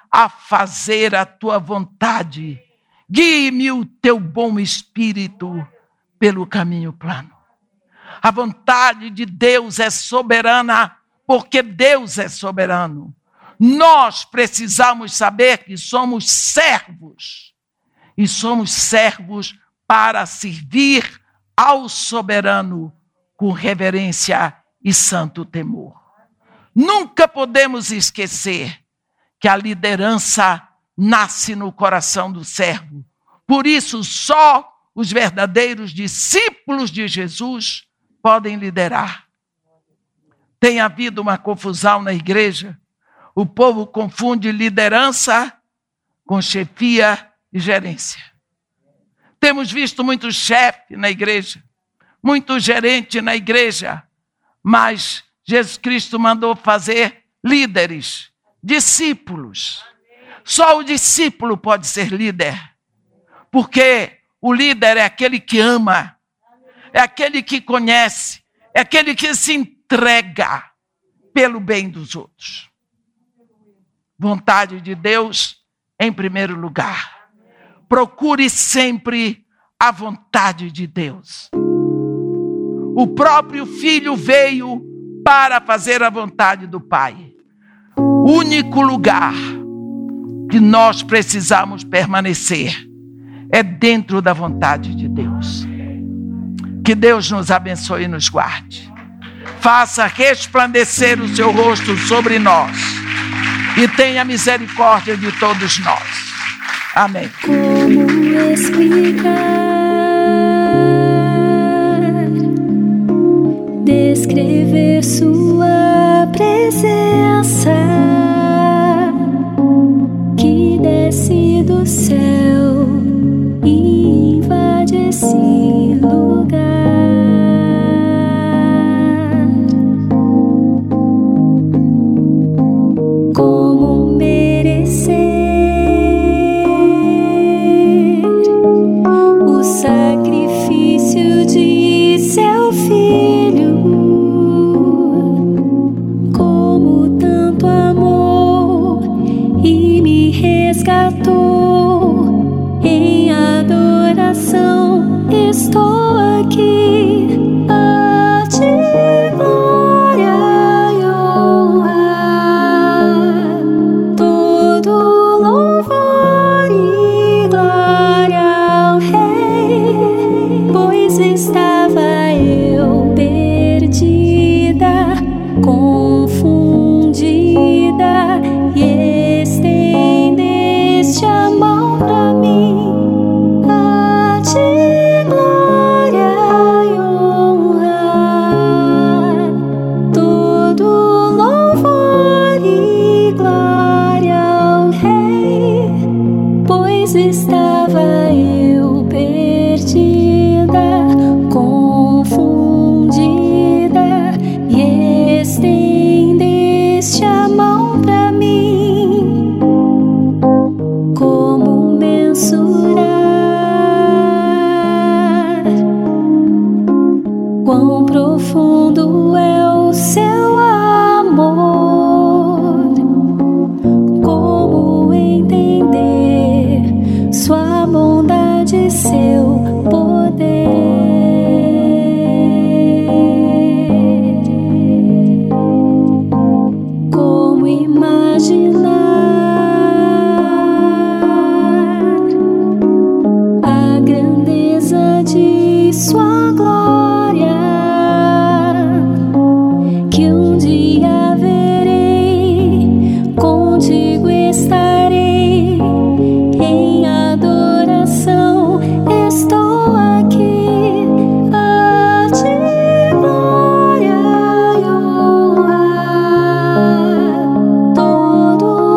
a fazer a tua vontade. Guie-me o teu bom espírito pelo caminho plano. A vontade de Deus é soberana, porque Deus é soberano. Nós precisamos saber que somos servos, e somos servos para servir ao soberano com reverência e santo temor. Nunca podemos esquecer que a liderança nasce no coração do servo. Por isso, só os verdadeiros discípulos de Jesus podem liderar. Tem havido uma confusão na igreja. O povo confunde liderança com chefia e gerência. Temos visto muito chefe na igreja, muito gerente na igreja, mas Jesus Cristo mandou fazer líderes, discípulos. Só o discípulo pode ser líder, porque o líder é aquele que ama, é aquele que conhece, é aquele que se entrega pelo bem dos outros. Vontade de Deus em primeiro lugar. Procure sempre a vontade de Deus. O próprio Filho veio para fazer a vontade do Pai. O único lugar que nós precisamos permanecer é dentro da vontade de Deus. Que Deus nos abençoe e nos guarde. Faça resplandecer o seu rosto sobre nós e tenha misericórdia de todos nós. Amém. Como explicar, descrever sua presença que desce do céu e invade esse lugar? Como merecer o sacrifício de seu filho? Como tanto amor e me resgatou em adoração. Estou aqui a te glória e honrar, todo louvor e glória ao Rei, pois estava eu perdida, confundida, e estendeste a mão pra mim. A ti glória e honrar, todo louvor e glória ao Rei, pois estava eu perdida, confundida, e estendeste a mão pra mim. Como mensurar quão profundo é o seu amor? Como entender sua bondade e seu poder? Como imaginar a grandeza de sua glória, que um dia verei, contigo estarei em adoração. Estou aqui a te glória e honrar, todo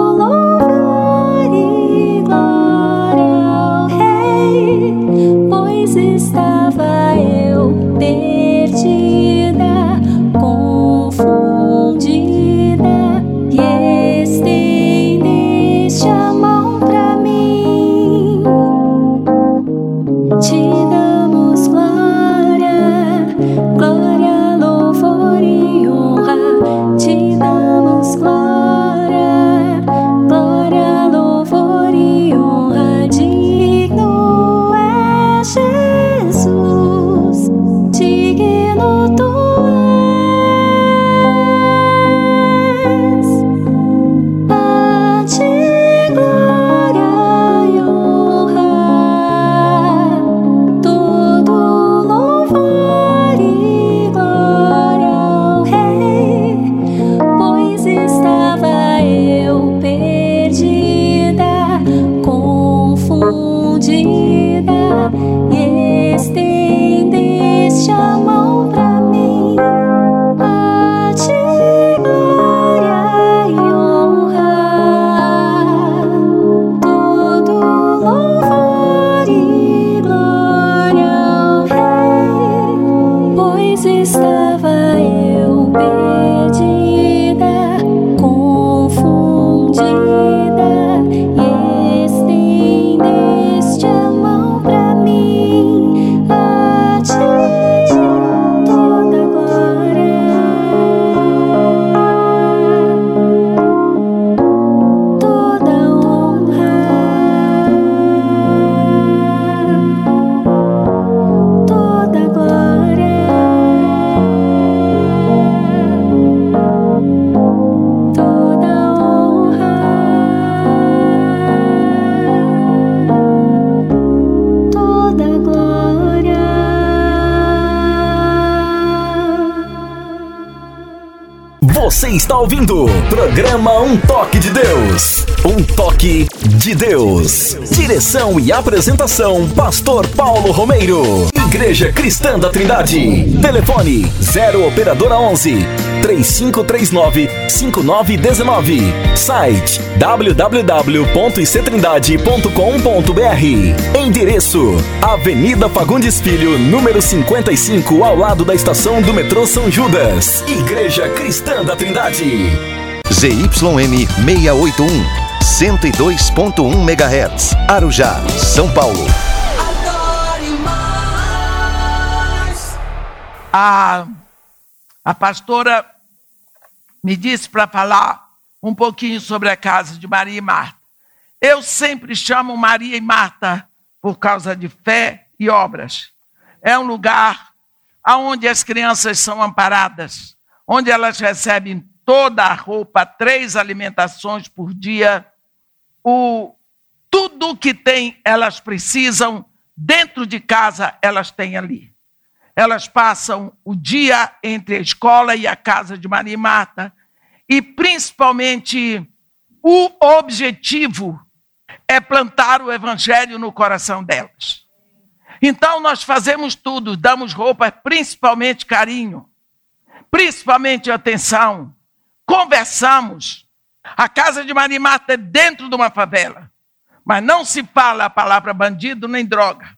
e estendeste a mão pra mim. A ti glória e honra, todo louvor e glória ao Rei, pois estava eu perdida, confundida, e estendeste a mão pra mim. A ti toda glória, toda honra, toda glória, toda honra, toda glória. Você está ouvindo programa Um Toque de Deus. Um Toque de Deus. Direção e apresentação, Pastor Paulo Romeiro. Igreja Cristã da Trindade. Telefone 0 operadora 11 3539 5919. Site www.ictrindade.com.br. Endereço: Avenida Fagundes Filho, número 55, ao lado da estação do metrô São Judas. Igreja Cristã da Trindade. ZYM 681, 102.1 MHz, Arujá, São Paulo. A pastora me disse para falar um pouquinho sobre a casa de Maria e Marta. Eu sempre chamo Maria e Marta por causa de fé e obras. É um lugar onde as crianças são amparadas, onde elas recebem toda a roupa, 3 alimentações por dia, tudo que tem, elas precisam, dentro de casa, elas têm ali. Elas passam o dia entre a escola e a casa de Maria e Marta, e principalmente o objetivo é plantar o evangelho no coração delas. Então nós fazemos tudo, damos roupa, principalmente carinho, principalmente atenção, conversamos. A casa de Maria e Marta é dentro de uma favela, mas não se fala a palavra bandido nem droga,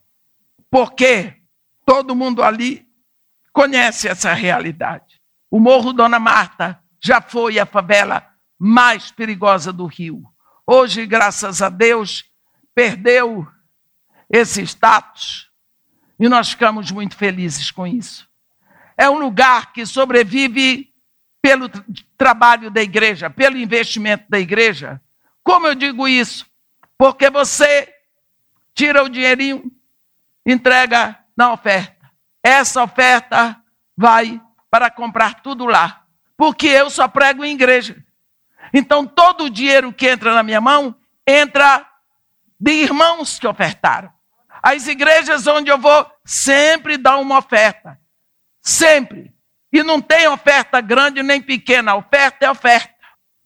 porque todo mundo ali conhece essa realidade. O Morro Dona Marta já foi a favela mais perigosa do Rio. Hoje, graças a Deus, perdeu esse status e nós ficamos muito felizes com isso. É um lugar que sobrevive pelo trabalho da igreja, pelo investimento da igreja. Como eu digo isso? Porque você tira o dinheirinho, entrega na oferta. Essa oferta vai para comprar tudo lá. Porque eu só prego em igreja. Então, todo o dinheiro que entra na minha mão, entra de irmãos que ofertaram. As igrejas onde eu vou, sempre dão uma oferta. Sempre. E não tem oferta grande nem pequena. A oferta é oferta.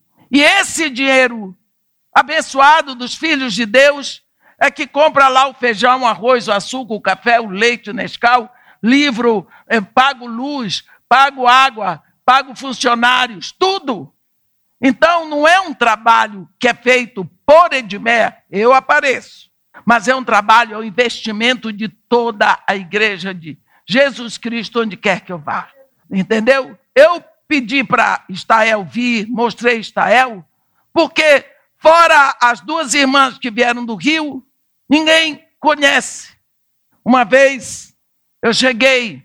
E esse dinheiro abençoado dos filhos de Deus é que compra lá o feijão, o arroz, o açúcar, o café, o leite, o Nescau, livro, pago luz, pago água, pago funcionários, tudo. Então, não é um trabalho que é feito por Edmé, eu apareço, mas é um trabalho, é um investimento de toda a igreja de Jesus Cristo, onde quer que eu vá. Entendeu? Eu pedi para Estael vir, mostrei Estael, porque fora as 2 irmãs que vieram do Rio, ninguém conhece. Uma vez eu cheguei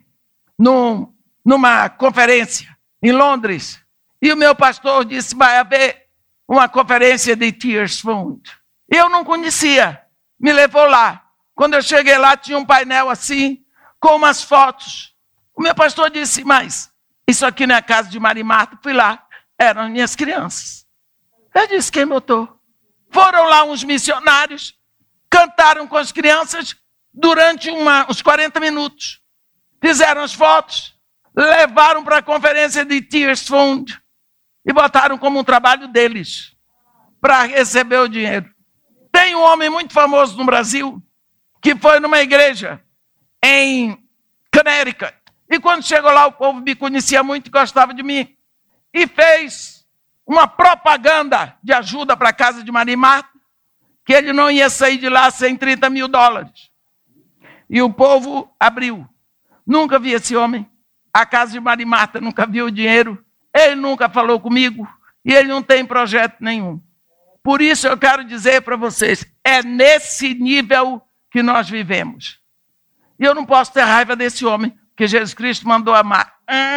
numa conferência em Londres, e o meu pastor disse, vai haver uma conferência de Tears Fund. Eu não conhecia, me levou lá. Quando eu cheguei lá, tinha um painel assim, com umas fotos. O meu pastor disse, mas isso aqui não é a casa de Maria e Marta. Fui lá, eram minhas crianças. Eu disse, quem botou? Foram lá uns missionários, cantaram com as crianças durante uns 40 minutos. Fizeram as fotos, levaram para a conferência de Tears Fund e botaram como um trabalho deles para receber o dinheiro. Tem um homem muito famoso no Brasil que foi numa igreja em Connecticut. E quando chegou lá, o povo me conhecia muito e gostava de mim. E fez uma propaganda de ajuda para a casa de Maria e Marta, que ele não ia sair de lá sem $30 mil. E o povo abriu. Nunca vi esse homem. A casa de Maria e Marta nunca viu o dinheiro. Ele nunca falou comigo. E ele não tem projeto nenhum. Por isso eu quero dizer para vocês, é nesse nível que nós vivemos. E eu não posso ter raiva desse homem, que Jesus Cristo mandou amar.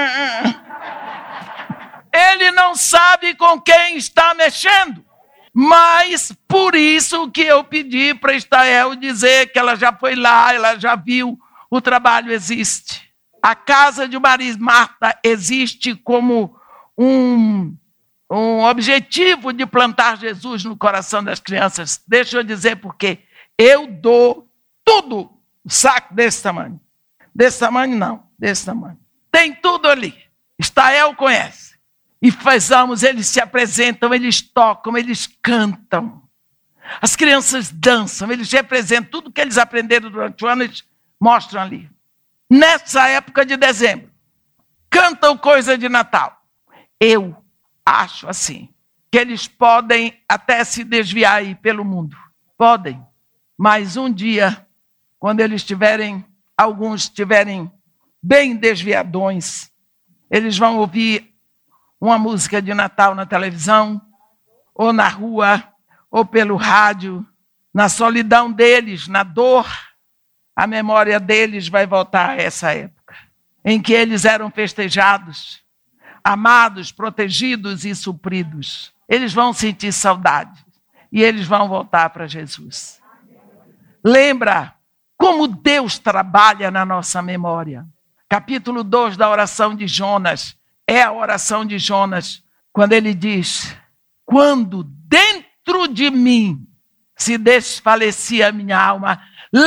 Ele não sabe com quem está mexendo. Mas por isso que eu pedi para Estael dizer que ela já foi lá, ela já viu, o trabalho existe. A casa de Maria e Marta existe como um objetivo de plantar Jesus no coração das crianças. Deixa eu dizer por quê. Eu dou tudo, um saco desse tamanho. Desse tamanho não, desse tamanho. Tem tudo ali. Estael conhece. E fazemos, eles se apresentam, eles tocam, eles cantam. As crianças dançam, eles representam tudo que eles aprenderam durante o ano, eles mostram ali. Nessa época de dezembro, cantam coisa de Natal. Eu acho assim, que eles podem até se desviar aí pelo mundo. Podem. Mas um dia, quando eles alguns estiverem bem desviadões, eles vão ouvir uma música de Natal na televisão, ou na rua, ou pelo rádio. Na solidão deles, na dor, a memória deles vai voltar a essa época, em que eles eram festejados, amados, protegidos e supridos. Eles vão sentir saudade e eles vão voltar para Jesus. Lembra como Deus trabalha na nossa memória. Capítulo 2 da oração de Jonas, é a oração de Jonas, quando ele diz, quando dentro de mim se desfalecia a minha alma,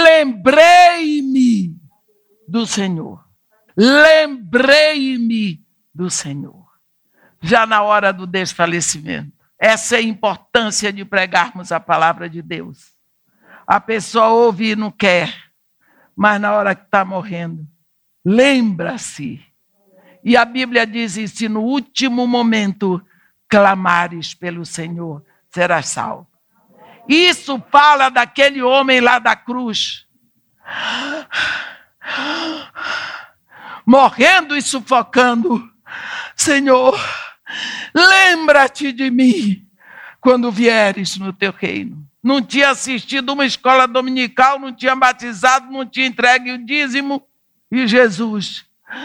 lembrei-me do Senhor. Lembrei-me do Senhor. Já na hora do desfalecimento. Essa é a importância de pregarmos a palavra de Deus. A pessoa ouve e não quer, mas na hora que está morrendo, lembra-se. E a Bíblia diz, e se no último momento clamares pelo Senhor, serás salvo. Isso fala daquele homem lá da cruz, morrendo e sufocando. Senhor, lembra-te de mim quando vieres no teu reino. Não tinha assistido uma escola dominical, não tinha batizado, não tinha entregue o dízimo. E Jesus,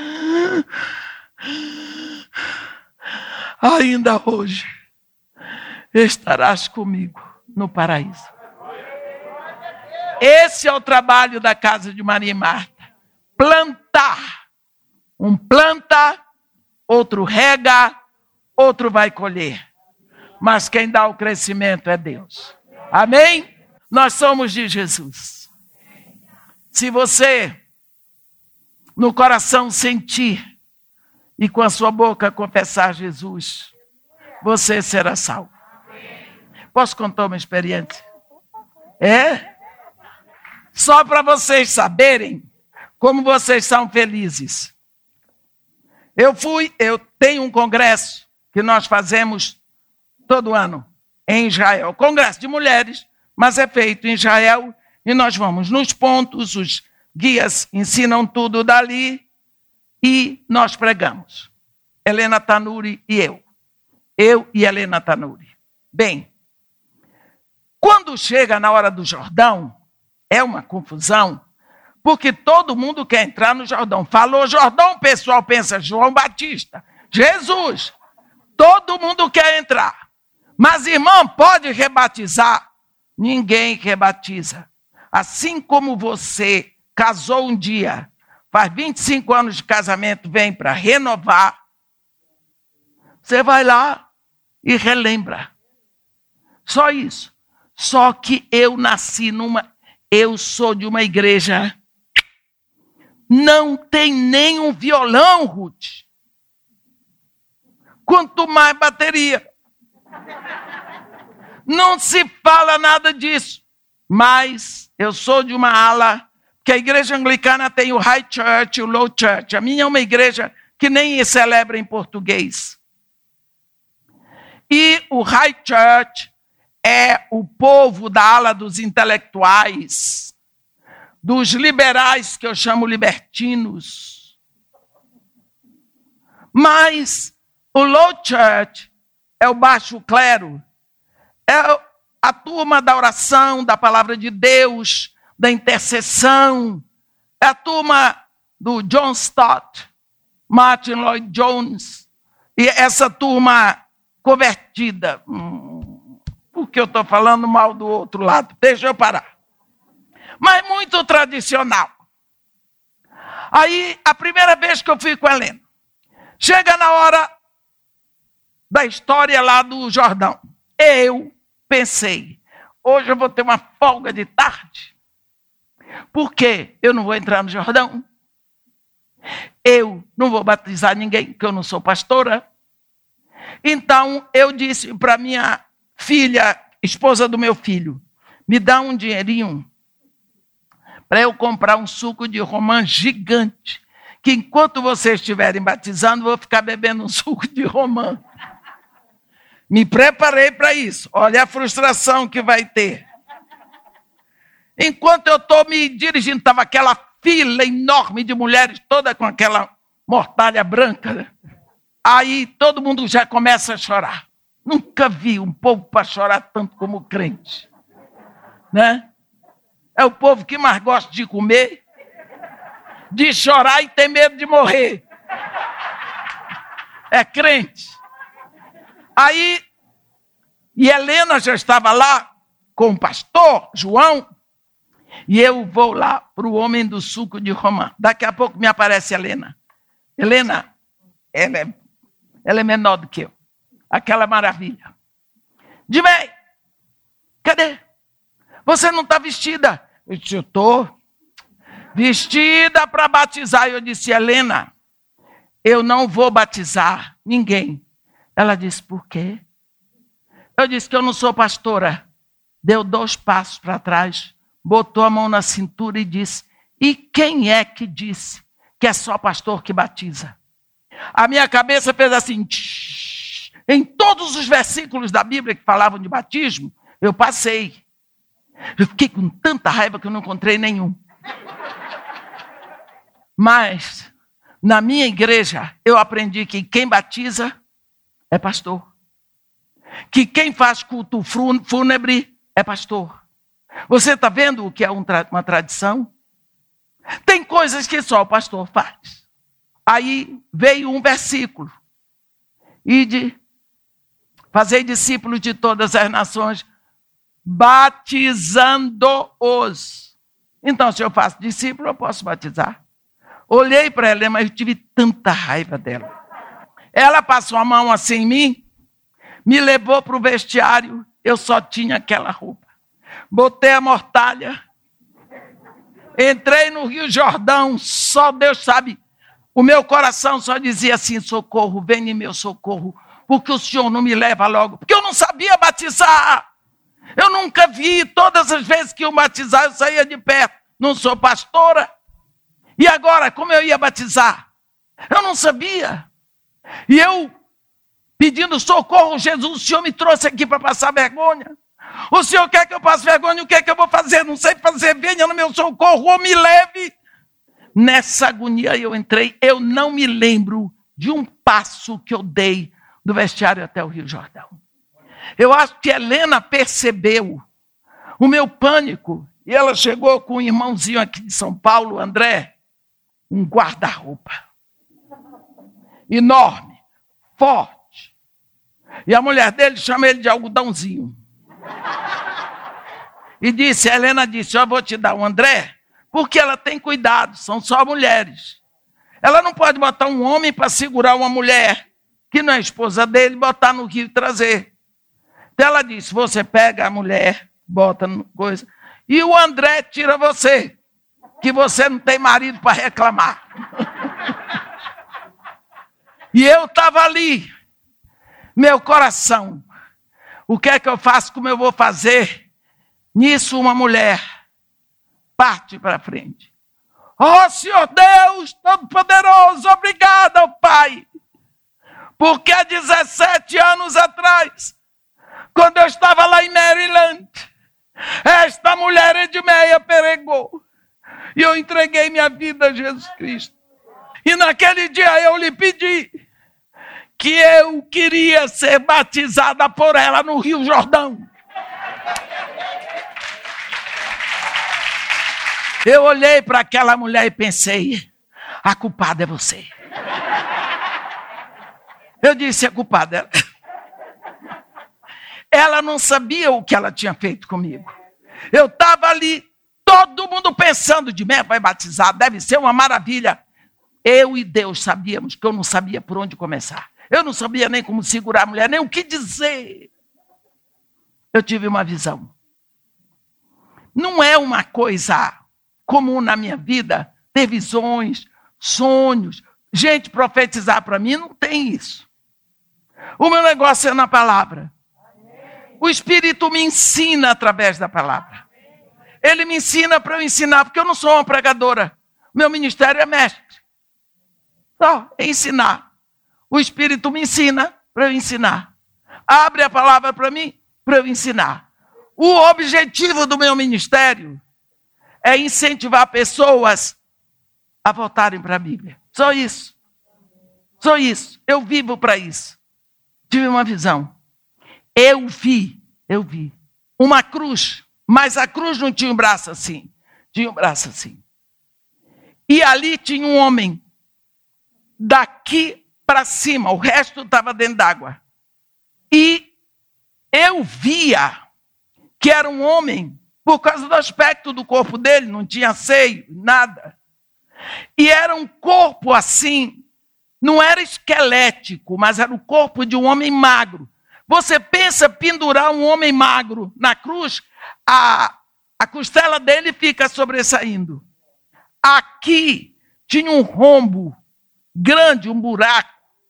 ainda hoje estarás comigo no paraíso. Esse é o trabalho da casa de Maria e Marta. Plantar. Um planta, outro rega, outro vai colher. Mas quem dá o crescimento é Deus. Amém? Nós somos de Jesus. Se você, no coração, sentir e com a sua boca confessar Jesus, você será salvo. Posso contar uma experiência? Só para vocês saberem como vocês são felizes. Eu tenho um congresso que nós fazemos todo ano em Israel. Congresso de mulheres, mas é feito em Israel e nós vamos nos pontos, os guias ensinam tudo dali e nós pregamos. Helena Tanuri e eu. Eu e Helena Tanuri. Bem, quando chega na hora do Jordão, é uma confusão, porque todo mundo quer entrar no Jordão. Falou Jordão, o pessoal pensa João Batista, Jesus. Todo mundo quer entrar. Mas, irmão, pode rebatizar? Ninguém rebatiza. Assim como você casou um dia, faz 25 anos de casamento, vem para renovar, você vai lá e relembra. Só isso. Só que eu eu sou de uma igreja, não tem nem um violão, Ruth. Quanto mais bateria. Não se fala nada disso. mas eu sou de uma ala, que a igreja anglicana tem o High Church e o Low Church. A minha é uma igreja que nem celebra em português. E o High Church é o povo da ala dos intelectuais, dos liberais, que eu chamo libertinos. Mas o Low Church é o baixo clero, é a turma da oração, da palavra de Deus, da intercessão, é a turma do John Stott, Martin Lloyd Jones, e essa turma convertida. Porque eu estou falando mal do outro lado, deixa eu parar. Mas muito tradicional. Aí, a primeira vez que eu fui com a Helena, chega na hora da história lá do Jordão. Eu pensei, hoje eu vou ter uma folga de tarde. Por quê? Eu não vou entrar no Jordão. Eu não vou batizar ninguém, porque eu não sou pastora. Então, eu disse para minha filha, esposa do meu filho, me dá um dinheirinho para eu comprar um suco de romã gigante, que enquanto vocês estiverem batizando, eu vou ficar bebendo um suco de romã. Me preparei para isso. Olha a frustração que vai ter. Enquanto eu estou me dirigindo, estava aquela fila enorme de mulheres, toda com aquela mortalha branca, né? Aí todo mundo já começa a chorar. Nunca vi um povo para chorar tanto como o crente, né? É o povo que mais gosta de comer, de chorar e ter medo de morrer. É crente. Aí, e Helena já estava lá com o pastor João, e eu vou lá para o homem do suco de romã. Daqui a pouco me aparece Helena. Helena, ela é menor do que eu. Aquela maravilha. Dimei, cadê? Você não está vestida? Eu disse, eu estou vestida para batizar. Eu disse, Helena, eu não vou batizar ninguém. Ela disse, por quê? Eu disse que eu não sou pastora. Deu 2 passos para trás, botou a mão na cintura e disse, e quem é que disse que é só pastor que batiza? A minha cabeça fez assim, tsh, em todos os versículos da Bíblia que falavam de batismo, eu passei. Eu fiquei com tanta raiva que eu não encontrei nenhum. Mas, na minha igreja, eu aprendi que quem batiza é pastor. Que quem faz culto fúnebre é pastor. Você está vendo o que é uma tradição? Tem coisas que só o pastor faz. Aí veio um versículo. Ide, fazei discípulos de todas as nações, batizando-os. Então, se eu faço discípulo, eu posso batizar. Olhei para ela, mas eu tive tanta raiva dela. Ela passou a mão assim em mim, me levou para o vestiário, eu só tinha aquela roupa. Botei a mortalha, entrei no Rio Jordão, só Deus sabe. O meu coração só dizia assim, socorro, vem em meu socorro, porque o Senhor não me leva logo. Porque eu não sabia batizar. Eu nunca vi, todas as vezes que eu batizar, eu saía de perto. Não sou pastora. E agora, como eu ia batizar? Eu não sabia. E eu, pedindo socorro, Jesus, o Senhor me trouxe aqui para passar vergonha. O Senhor quer que eu passe vergonha, o que é que eu vou fazer? Não sei fazer, venha no meu socorro ou me leve. Nessa agonia eu entrei, eu não me lembro de um passo que eu dei do vestiário até o Rio Jordão. Eu acho que Helena percebeu o meu pânico e ela chegou com um irmãozinho aqui de São Paulo, André, um guarda-roupa enorme, forte. E a mulher dele chama ele de algodãozinho. E disse, a Helena disse, eu vou te dar um André, porque ela tem cuidado, são só mulheres. Ela não pode botar um homem para segurar uma mulher que não é esposa dele, botar no rio e trazer. Então ela disse, você pega a mulher, bota no coisa, e o André tira você, que você não tem marido para reclamar. E eu estava ali, meu coração, o que é que eu faço, como eu vou fazer? Nisso uma mulher parte para frente. Ó Senhor Deus Todo-Poderoso, obrigado, ó Pai, porque há 17 anos atrás, quando eu estava lá em Maryland, esta mulher Edmeia pregou e eu entreguei minha vida a Jesus Cristo. E naquele dia eu lhe pedi que eu queria ser batizada por ela no Rio Jordão. Eu olhei para aquela mulher e pensei, a culpada é você. Eu disse, a culpada é ela. Ela não sabia o que ela tinha feito comigo. Eu estava ali, todo mundo pensando de mim, vai batizar, deve ser uma maravilha. Eu e Deus sabíamos que eu não sabia por onde começar. Eu não sabia nem como segurar a mulher, nem o que dizer. Eu tive uma visão. Não é uma coisa comum na minha vida ter visões, sonhos, gente profetizar para mim, não tem isso. O meu negócio é na palavra. O Espírito me ensina através da palavra. Ele me ensina para eu ensinar, porque eu não sou uma pregadora. Meu ministério é mestre. Só é ensinar. O Espírito me ensina para eu ensinar. Abre a palavra para mim, para eu ensinar. O objetivo do meu ministério é incentivar pessoas a voltarem para a Bíblia. Só isso. Só isso. Eu vivo para isso. Tive uma visão. Eu vi uma cruz, mas a cruz não tinha um braço assim. Tinha um braço assim. E ali tinha um homem daqui para cima, o resto estava dentro d'água. E eu via que era um homem, por causa do aspecto do corpo dele, não tinha seio, nada. E era um corpo assim, não era esquelético, mas era o corpo de um homem magro. Você pensa pendurar um homem magro na cruz, a costela dele fica sobressaindo. Aqui tinha um rombo grande, um buraco.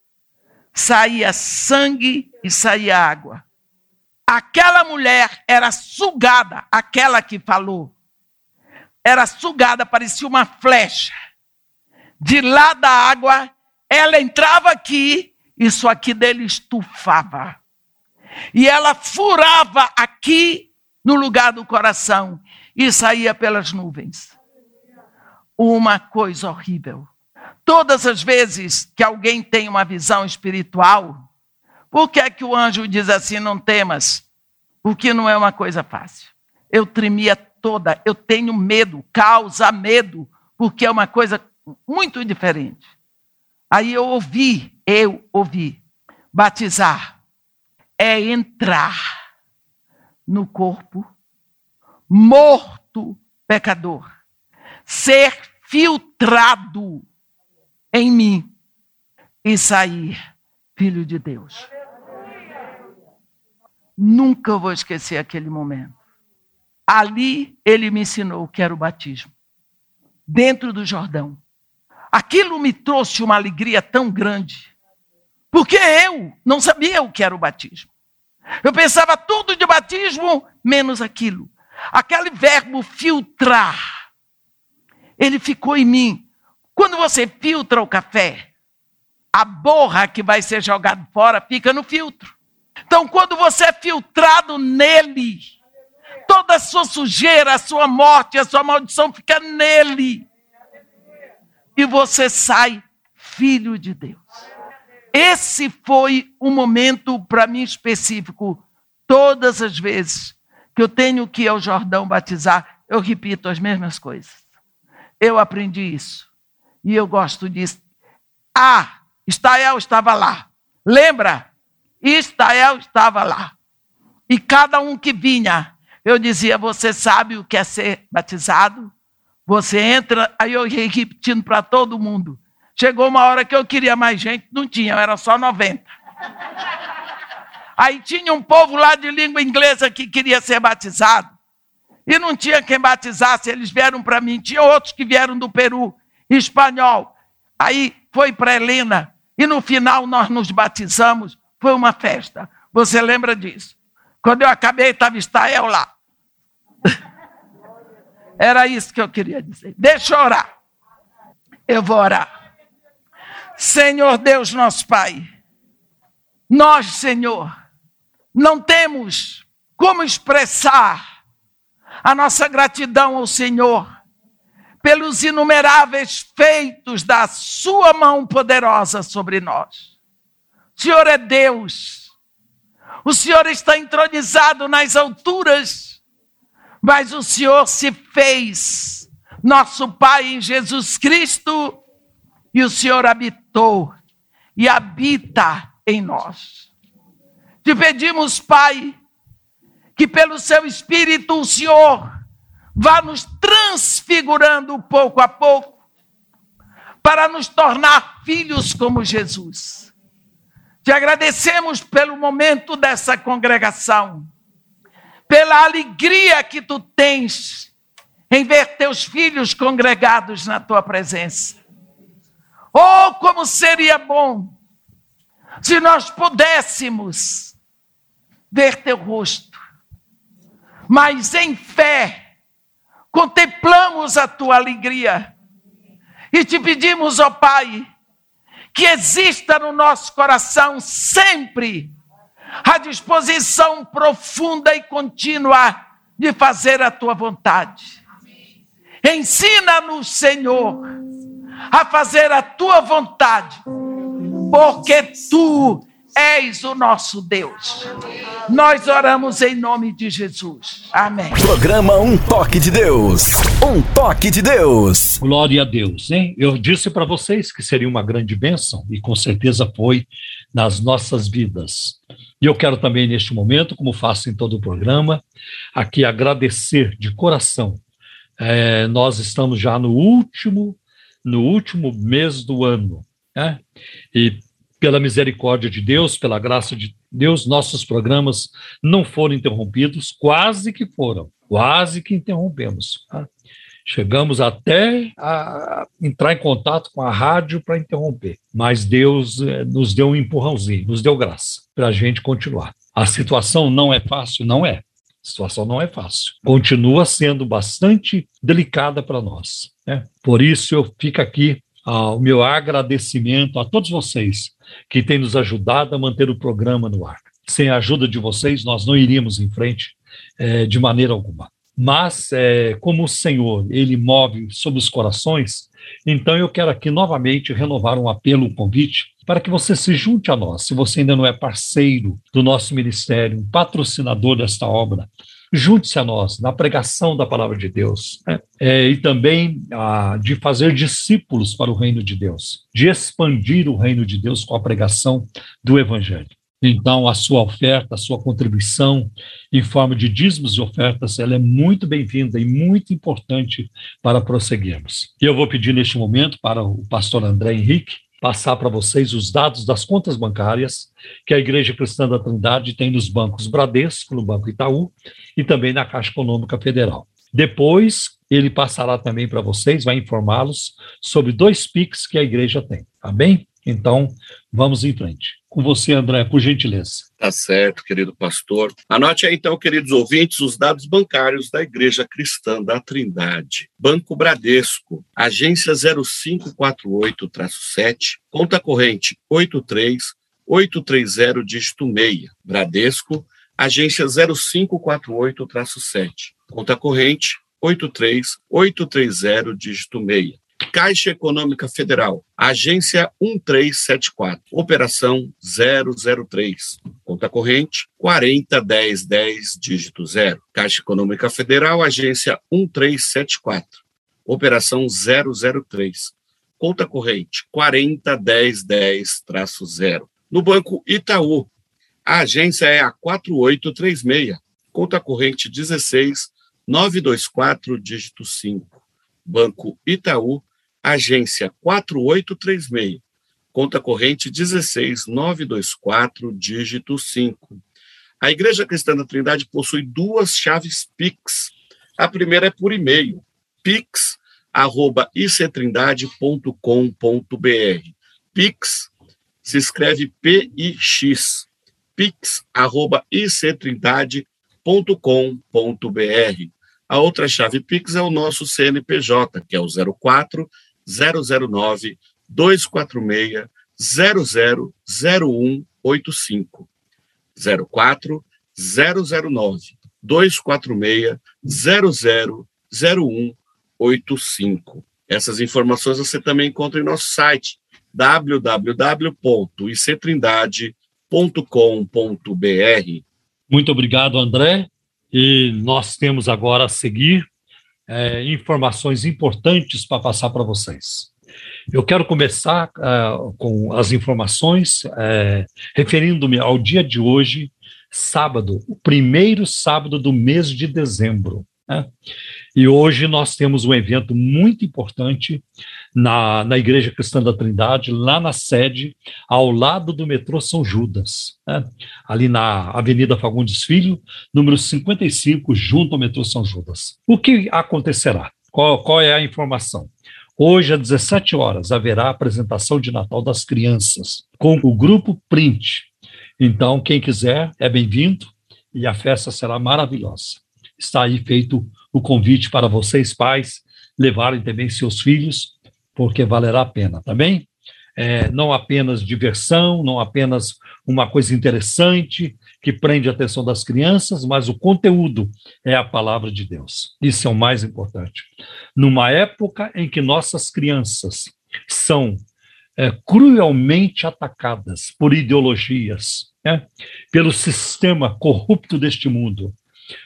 Saía sangue e saía água. Aquela mulher era sugada, aquela que falou. Era sugada, parecia uma flecha. De lá da água, ela entrava aqui, isso aqui dele estufava. E ela furava aqui no lugar do coração e saía pelas nuvens. Uma coisa horrível. Todas as vezes que alguém tem uma visão espiritual, por que é que o anjo diz assim, não temas? Porque não é uma coisa fácil. Eu tremia toda, eu tenho medo, causa medo, porque é uma coisa muito diferente. Aí eu ouvi, batizar é entrar no corpo morto pecador, ser filtrado em mim e sair filho de Deus. Nunca vou esquecer aquele momento. Ali ele me ensinou o que era o batismo. Dentro do Jordão. Aquilo me trouxe uma alegria tão grande. Porque eu não sabia o que era o batismo. Eu pensava tudo de batismo, menos aquilo. Aquele verbo filtrar. Ele ficou em mim. Quando você filtra o café, a borra que vai ser jogada fora fica no filtro. Então, quando você é filtrado nele, toda a sua sujeira, a sua morte, a sua maldição fica nele. E você sai filho de Deus. Esse foi um momento para mim específico. Todas as vezes que eu tenho que ir ao Jordão batizar, eu repito as mesmas coisas. Eu aprendi isso. E eu gosto disso. Estael estava lá. Lembra? Estael estava lá. E cada um que vinha, eu dizia, você sabe o que é ser batizado? Você entra, aí eu ia repetindo para todo mundo. Chegou uma hora que eu queria mais gente, não tinha, era só 90. Aí tinha um povo lá de língua inglesa que queria ser batizado. E não tinha quem batizasse, eles vieram para mim. Tinha outros que vieram do Peru, espanhol. Aí foi para Helena. E no final nós nos batizamos. Foi uma festa. Você lembra disso? Quando eu acabei, estava Estael lá. Era isso que eu queria dizer. Deixa eu orar. Eu vou orar. Senhor Deus, nosso Pai, nós, Senhor, não temos como expressar a nossa gratidão ao Senhor pelos inumeráveis feitos da sua mão poderosa sobre nós. O Senhor é Deus. O Senhor está entronizado nas alturas, mas o Senhor se fez nosso Pai em Jesus Cristo e o Senhor habitou e habita em nós. Te pedimos, Pai, que pelo seu Espírito o Senhor vá nos transfigurando pouco a pouco para nos tornar filhos como Jesus. Te agradecemos pelo momento dessa congregação, pela alegria que tu tens em ver teus filhos congregados na tua presença. Oh, como seria bom se nós pudéssemos ver teu rosto, mas em fé contemplamos a tua alegria e te pedimos, ó Pai, que exista no nosso coração sempre a disposição profunda e contínua de fazer a tua vontade. Ensina-nos, Senhor, a fazer a tua vontade, porque tu és o nosso Deus. Nós oramos em nome de Jesus. Amém. Programa Um Toque de Deus. Um Toque de Deus. Glória a Deus, hein? Eu disse para vocês que seria uma grande bênção, e com certeza foi nas nossas vidas. E eu quero também, neste momento, como faço em todo o programa, aqui agradecer de coração. Nós estamos já no último mês do ano, né? E pela misericórdia de Deus, pela graça de Deus, nossos programas não foram interrompidos, quase que interrompemos. Tá? Chegamos até a entrar em contato com a rádio para interromper, mas Deus nos deu um empurrãozinho, nos deu graça para a gente continuar. A situação não é fácil, não é. A situação não é fácil. Continua sendo bastante delicada para nós, né? Por isso fica aqui o meu agradecimento a todos vocês que têm nos ajudado a manter o programa no ar. Sem a ajuda de vocês, nós não iríamos em frente de maneira alguma. Mas, como o Senhor, Ele move sobre os corações, então eu quero aqui novamente renovar um apelo, um convite, para que você se junte a nós. Se você ainda não é parceiro do nosso ministério, um patrocinador desta obra, junte-se a nós na pregação da palavra de Deus, né? E também de fazer discípulos para o reino de Deus, de expandir o reino de Deus com a pregação do Evangelho. Então, a sua oferta, a sua contribuição em forma de dízimos e ofertas, ela é muito bem-vinda e muito importante para prosseguirmos. E eu vou pedir neste momento para o pastor André Henrique passar para vocês os dados das contas bancárias que a Igreja Cristã da Trindade tem nos bancos Bradesco, no Banco Itaú e também na Caixa Econômica Federal. Depois, ele passará também para vocês, vai informá-los sobre 2 Pix que a igreja tem, tá bem? Então, vamos em frente. Com você, André, por gentileza. Tá certo, querido pastor. Anote aí, então, queridos ouvintes, os dados bancários da Igreja Cristã da Trindade. Banco Bradesco, agência 0548-7, conta corrente 83830, dígito 6. Bradesco, agência 0548-7, conta corrente 83830, dígito 6. Caixa Econômica Federal, agência 1374, operação 003, conta corrente 401010, dígito 0. Caixa Econômica Federal, agência 1374, operação 003, conta corrente 401010-0. No Banco Itaú, a agência é a 4836, conta corrente 16924, dígito 5. Banco Itaú, agência 4836, conta corrente 16924, dígito 5. A Igreja Cristã da Trindade possui 2 chaves Pix. A primeira é por e-mail, pix@ictrindade.com.br. Pix se escreve PIX, pix@ictrindade.com.br. A outra chave Pix é o nosso CNPJ, que é o 04 009 246 000185. 04 009 246 000185. Essas informações você também encontra em nosso site www.ictrindade.com.br. Muito obrigado, André. E nós temos agora a seguir informações importantes para passar para vocês. Eu quero começar com as informações referindo-me ao dia de hoje, sábado, o primeiro sábado do mês de dezembro. E hoje nós temos um evento muito importante na Igreja Cristã da Trindade, lá na sede, ao lado do metrô São Judas, ali na Avenida Fagundes Filho, número 55, junto ao metrô São Judas. O que acontecerá? Qual é a informação? Hoje, às 17 horas, haverá a apresentação de Natal das crianças, com o grupo Print. Então, quem quiser é bem-vindo e a festa será maravilhosa. Está aí feito o convite para vocês, pais, levarem também seus filhos, porque valerá a pena, tá bem? Não apenas diversão, não apenas uma coisa interessante que prende a atenção das crianças, mas o conteúdo é a palavra de Deus. Isso é o mais importante. Numa época em que nossas crianças são cruelmente atacadas por ideologias, pelo sistema corrupto deste mundo,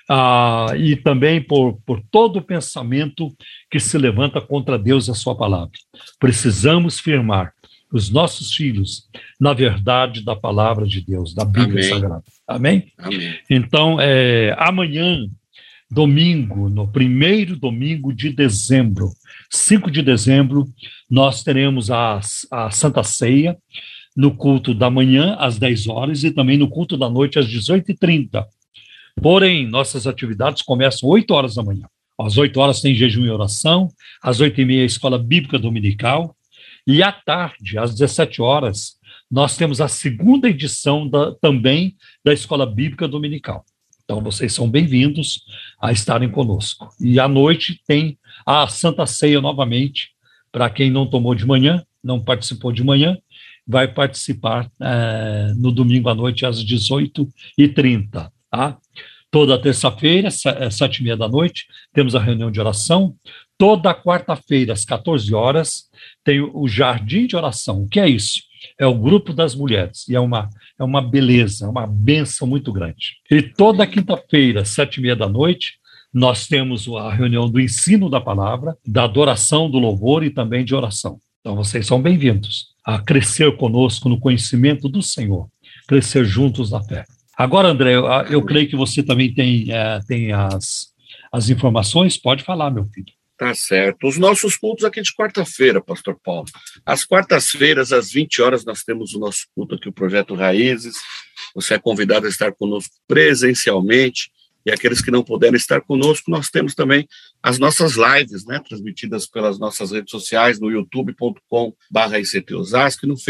e também por todo o pensamento que se levanta contra Deus e a sua palavra. Precisamos firmar os nossos filhos na verdade da palavra de Deus, da Bíblia Sagrada. Amém? Amém. Então, amanhã, domingo, no primeiro domingo de dezembro, 5 de dezembro, nós teremos a Santa Ceia, no culto da manhã, às 10 horas, e também no culto da noite, às 18h30. Porém, nossas atividades começam às 8 horas da manhã. Às 8 horas tem jejum e oração, às 8h30 a escola bíblica dominical, e à tarde, às 17 horas, nós temos a segunda edição também da escola bíblica dominical. Então, vocês são bem-vindos a estarem conosco. E à noite tem a Santa Ceia novamente, para quem não tomou de manhã, não participou de manhã, vai participar no domingo à noite, às 18h30, tá? Toda terça-feira, 7h30 da noite, temos a reunião de oração. Toda quarta-feira, às 14 horas, tem o Jardim de Oração. O que é isso? É o grupo das mulheres. E é uma beleza, uma bênção muito grande. E toda quinta-feira, 7h30 da noite, nós temos a reunião do ensino da palavra, da adoração, do louvor e também de oração. Então, vocês são bem-vindos a crescer conosco no conhecimento do Senhor, crescer juntos na fé. Agora, André, eu creio que você também tem as informações. Pode falar, meu filho. Tá certo. Os nossos cultos aqui de quarta-feira, pastor Paulo. Às quartas-feiras, às 20 horas, nós temos o nosso culto aqui, o Projeto Raízes. Você é convidado a estar conosco presencialmente. E aqueles que não puderem estar conosco, nós temos também as nossas lives, transmitidas pelas nossas redes sociais, no youtube.com/ICT-Osasco e no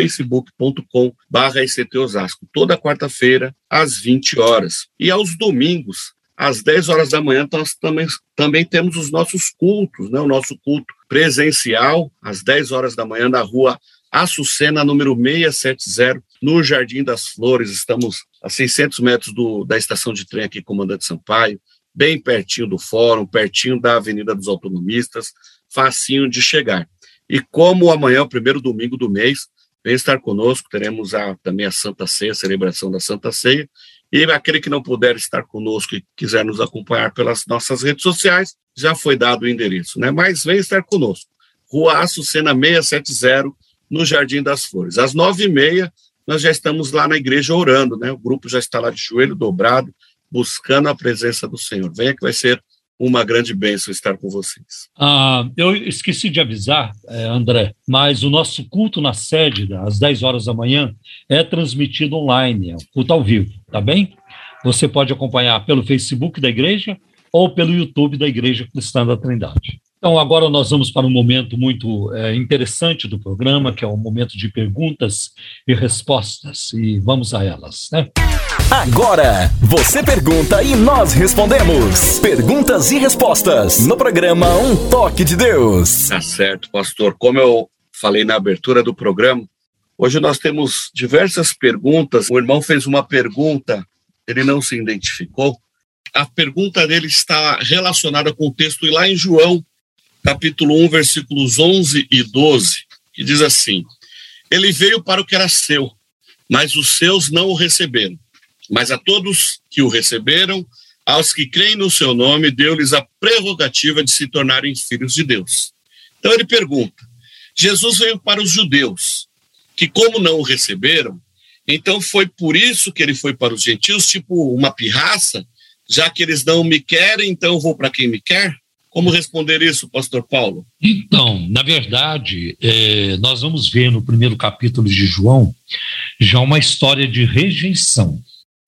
facebook.com/ICT-Osasco. Toda quarta-feira, às 20 horas. E aos domingos, às 10 horas da manhã, nós também temos os nossos cultos, o nosso culto presencial, às 10 horas da manhã, na rua Açucena, número 670, no Jardim das Flores. Estamos a 600 metros da estação de trem aqui, Comandante Sampaio, bem pertinho do fórum, pertinho da Avenida dos Autonomistas, facinho de chegar. E como amanhã é o primeiro domingo do mês, vem estar conosco, teremos também a Santa Ceia, a celebração da Santa Ceia, e aquele que não puder estar conosco e quiser nos acompanhar pelas nossas redes sociais, já foi dado o endereço, Mas vem estar conosco. Rua Açucena 670, no Jardim das Flores. Às 9h30, nós já estamos lá na igreja orando, O grupo já está lá de joelho dobrado, buscando a presença do Senhor. Venha que vai ser uma grande bênção estar com vocês. Eu esqueci de avisar, André, mas o nosso culto na sede, às 10 horas da manhã, é transmitido online, é um culto ao vivo, tá bem? Você pode acompanhar pelo Facebook da igreja ou pelo YouTube da Igreja Cristã da Trindade. Então, agora nós vamos para um momento muito interessante do programa, que é o momento de perguntas e respostas, e vamos a elas, Agora, você pergunta e nós respondemos. Perguntas e respostas no programa Um Toque de Deus. Tá certo, pastor. Como eu falei na abertura do programa, hoje nós temos diversas perguntas. O irmão fez uma pergunta, ele não se identificou. A pergunta dele está relacionada com o texto lá em João, capítulo 1, versículos 11 e 12, que diz assim: ele veio para o que era seu, mas os seus não o receberam. Mas a todos que o receberam, aos que creem no seu nome, deu-lhes a prerrogativa de se tornarem filhos de Deus. Então ele pergunta, Jesus veio para os judeus, que como não o receberam, então foi por isso que ele foi para os gentios, tipo uma pirraça, já que eles não me querem, então eu vou para quem me quer? Como responder isso, pastor Paulo? Então, na verdade, nós vamos ver no primeiro capítulo de João já uma história de rejeição.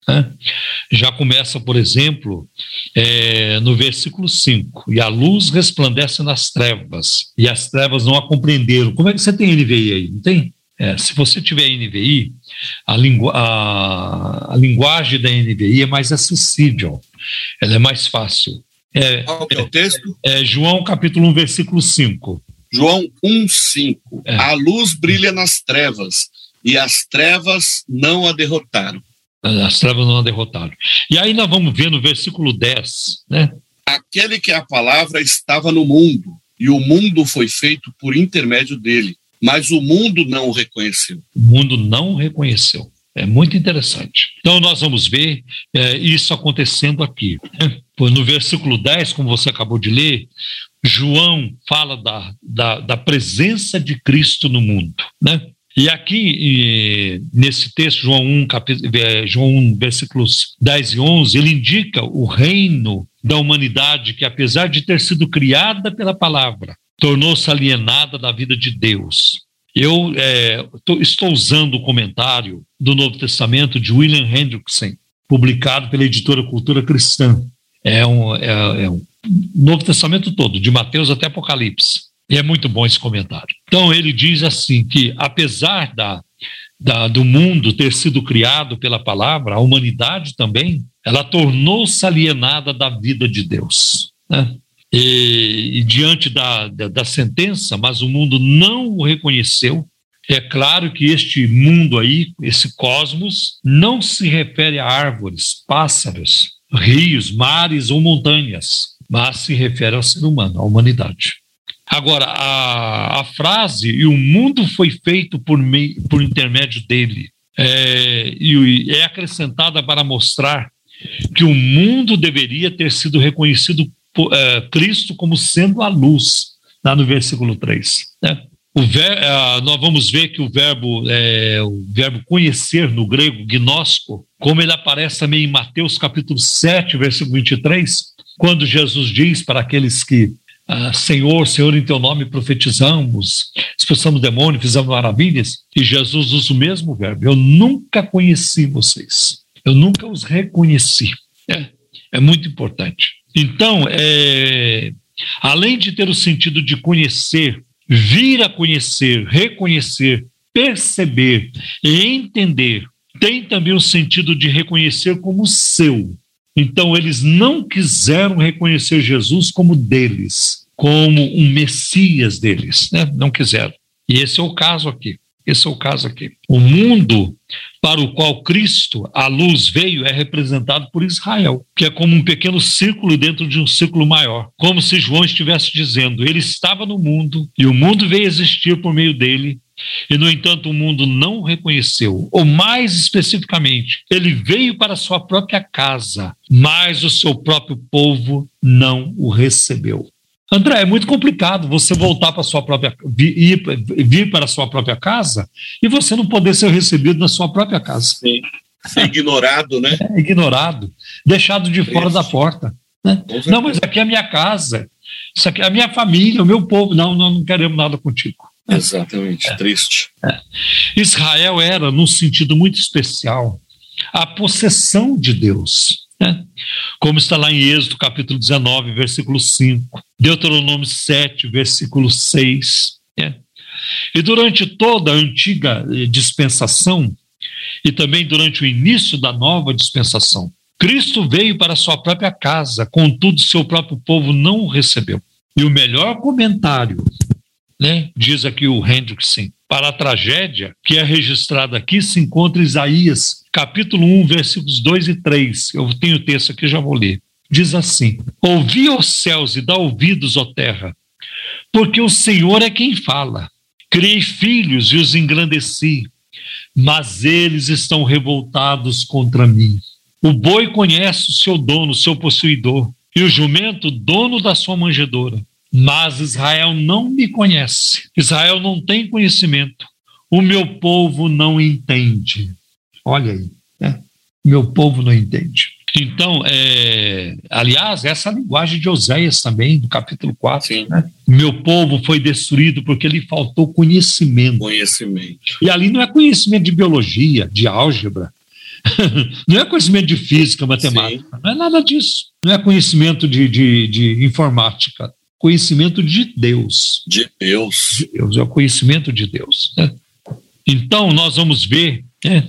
Já começa, por exemplo, no versículo 5, e a luz resplandece nas trevas, e as trevas não a compreenderam. Como é que você tem NVI aí? Não tem? Se você tiver NVI, a linguagem da NVI é mais acessível, ela é mais fácil. Qual que é o texto? João capítulo 1, versículo 5. João 1:5. A luz brilha nas trevas, e as trevas não a derrotaram. As trevas não a derrotaram. E aí nós vamos ver no versículo 10, né? Aquele que é a palavra estava no mundo, e o mundo foi feito por intermédio dele, mas o mundo não o reconheceu. O mundo não o reconheceu. É muito interessante. Então nós vamos ver isso acontecendo aqui. No versículo 10, como você acabou de ler, João fala da presença de Cristo no mundo, né? E aqui, nesse texto, João 1, versículos 10 e 11, ele indica o reino da humanidade que, apesar de ter sido criada pela palavra, tornou-se alienada da vida de Deus. Eu estou usando o comentário do Novo Testamento de William Hendrickson, publicado pela editora Cultura Cristã. É um Novo Testamento todo, de Mateus até Apocalipse. E é muito bom esse comentário. Então ele diz assim, que apesar do mundo ter sido criado pela palavra, a humanidade também, ela tornou-se alienada da vida de Deus, né? E diante da sentença, mas o mundo não o reconheceu. É claro que este mundo aí, esse cosmos, não se refere a árvores, pássaros, rios, mares ou montanhas, mas se refere ao ser humano, à humanidade. Agora, a frase, e o mundo foi feito por intermédio dele, é acrescentada para mostrar que o mundo deveria ter sido reconhecido por Cristo como sendo a luz, lá no versículo 3. Né? Nós vamos ver que o verbo conhecer, no grego, gnosko, como ele aparece também em Mateus capítulo 7, versículo 23, quando Jesus diz para aqueles que Senhor, em teu nome profetizamos, expulsamos demônios, fizemos maravilhas, e Jesus usa o mesmo verbo. Eu nunca conheci vocês, eu nunca os reconheci. É muito importante. Então, além de ter o sentido de conhecer, vir a conhecer, reconhecer, perceber e entender, tem também o sentido de reconhecer como seu. Então, eles não quiseram reconhecer Jesus como deles, como um Messias deles, né? Não quiseram. E esse é o caso aqui. O mundo para o qual Cristo, a luz, veio é representado por Israel, que é como um pequeno círculo dentro de um círculo maior. Como se João estivesse dizendo, ele estava no mundo e o mundo veio existir por meio dele, e, no entanto, o mundo não o reconheceu. Ou, mais especificamente, ele veio para a sua própria casa, mas o seu próprio povo não o recebeu. André, é muito complicado você voltar para a sua própria... vir para a sua própria casa e você não poder ser recebido na sua própria casa. Sim. Ignorado, né? Ignorado. Deixado de fora da porta. Né? Não, mas aqui é a minha casa. Isso aqui é a minha família, o meu povo. Não, nós não queremos nada contigo. Exatamente, triste. Israel era, num sentido muito especial, a possessão de Deus, né? Como está lá em Êxodo capítulo 19, versículo 5, Deuteronômio 7, versículo 6, né? E durante toda a antiga dispensação, e também durante o início da nova dispensação. Cristo veio para sua própria casa, contudo seu próprio povo não o recebeu. E o melhor comentário, diz aqui o Hendrickson, para a tragédia que é registrada aqui se encontra em Isaías, capítulo 1, versículos 2 e 3. Eu tenho o texto aqui, já vou ler. Diz assim: ouvi, ó céus, e dá ouvidos, ó terra, porque o Senhor é quem fala. Criei filhos e os engrandeci, mas eles estão revoltados contra mim. O boi conhece o seu dono, o seu possuidor, e o jumento, dono da sua manjedoura. Mas Israel não me conhece. Israel não tem conhecimento. O meu povo não entende. Olha aí, meu povo não entende. Então, aliás, essa é a linguagem de Oséias também, do capítulo 4. Meu povo foi destruído porque lhe faltou conhecimento. E ali não é conhecimento de biologia, de álgebra, não é conhecimento de física, matemática, Sim. Não é nada disso. Não é conhecimento de informática, conhecimento de Deus. De Deus, é o conhecimento de Deus. Então, nós vamos ver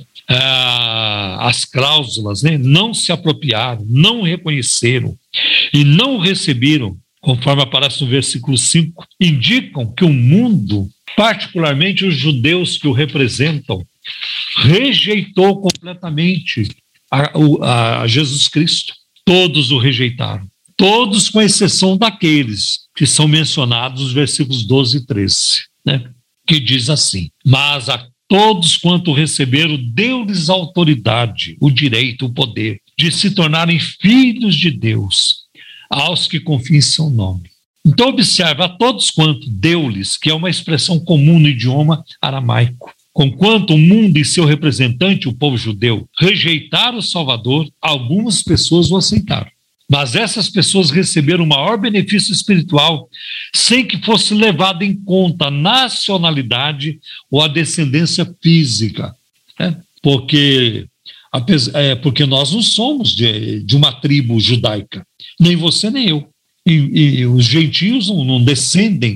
as cláusulas, não se apropriaram, não reconheceram e não receberam, conforme aparece no versículo 5, indicam que o mundo, particularmente os judeus que o representam, rejeitou completamente a Jesus Cristo. Todos o rejeitaram. Todos, com exceção daqueles que são mencionados nos versículos 12 e 13, que diz assim: mas a todos quanto receberam, deu-lhes a autoridade, o direito, o poder de se tornarem filhos de Deus, aos que confiam em seu nome. Então observa, a todos quanto deu-lhes, que é uma expressão comum no idioma aramaico. Conquanto o mundo e seu representante, o povo judeu, rejeitaram o Salvador, algumas pessoas o aceitaram. Mas essas pessoas receberam o maior benefício espiritual sem que fosse levado em conta a nacionalidade ou a descendência física. Porque nós não somos de uma tribo judaica, nem você nem eu. E os gentios não descendem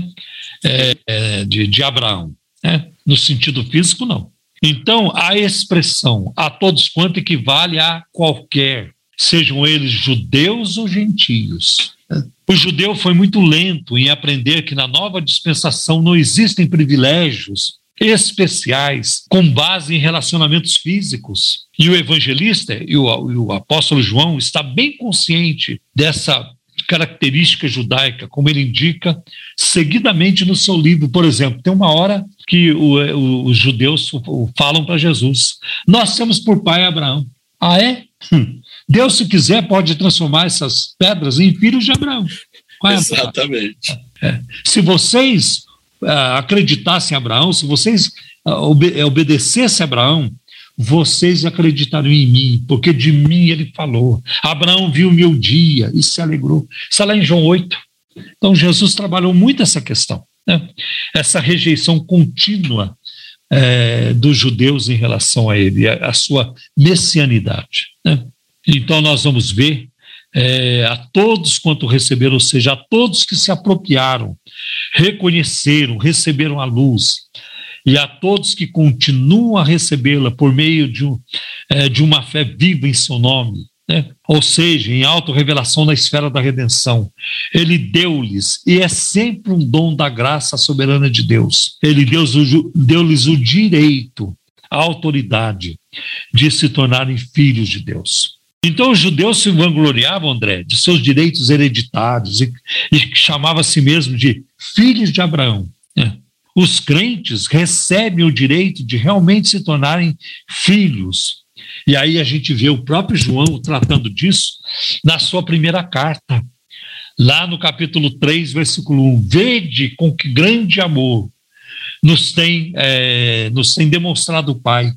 de Abraão. No sentido físico, não. Então, a expressão a todos quanto equivale a qualquer, sejam eles judeus ou gentios. O judeu foi muito lento em aprender que na nova dispensação não existem privilégios especiais com base em relacionamentos físicos. E o evangelista e o apóstolo João está bem consciente dessa característica judaica, como ele indica seguidamente no seu livro. Por exemplo, tem uma hora que os judeus falam para Jesus: nós temos por pai Abraão. Ah, é? Deus, se quiser, pode transformar essas pedras em filhos de Abraão. Exatamente. Se vocês acreditassem em Abraão, se vocês obedecessem a Abraão, vocês acreditaram em mim, porque de mim ele falou. Abraão viu o meu dia e se alegrou. Isso é lá em João 8. Então Jesus trabalhou muito essa questão, essa rejeição contínua dos judeus em relação a ele, a sua messianidade. Então nós vamos ver a todos quanto receberam, ou seja, a todos que se apropriaram, reconheceram, receberam a luz, e a todos que continuam a recebê-la por meio de uma fé viva em seu nome, ou seja, em autorrevelação na esfera da redenção. Ele deu-lhes, e é sempre um dom da graça soberana de Deus, ele deu-lhes o direito, a autoridade de se tornarem filhos de Deus. Então os judeus se vangloriavam, André, de seus direitos hereditários e chamavam a si mesmo de filhos de Abraão. Os crentes recebem o direito de realmente se tornarem filhos. E aí a gente vê o próprio João tratando disso na sua primeira carta, lá no capítulo 3, versículo 1. Vede com que grande amor nos tem demonstrado o Pai,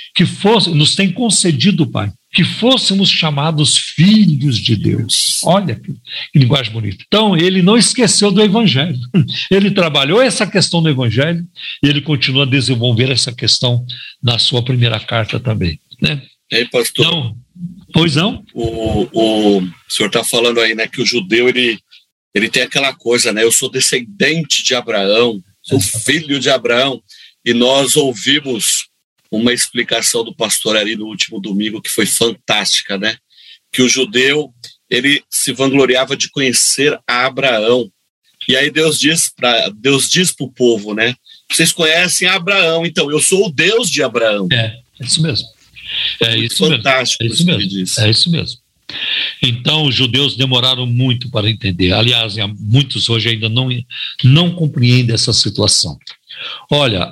nos tem concedido o Pai, que fôssemos chamados filhos de Deus. Olha que linguagem bonita. Então, ele não esqueceu do Evangelho. Ele trabalhou essa questão do Evangelho e ele continua a desenvolver essa questão na sua primeira carta também. Ei, pastor. Então, pois não? O senhor está falando aí, que o judeu, ele tem aquela coisa, eu sou descendente de Abraão, sou filho de Abraão, e nós ouvimos uma explicação do pastor Ari no último domingo que foi fantástica, né? Que o judeu, ele se vangloriava de conhecer a Abraão. E aí Deus diz para o povo, né? Vocês conhecem Abraão, então eu sou o Deus de Abraão. É isso mesmo. É isso fantástico. Mesmo. É isso mesmo. É isso mesmo. Então, os judeus demoraram muito para entender. Aliás, muitos hoje ainda não compreendem essa situação. Olha,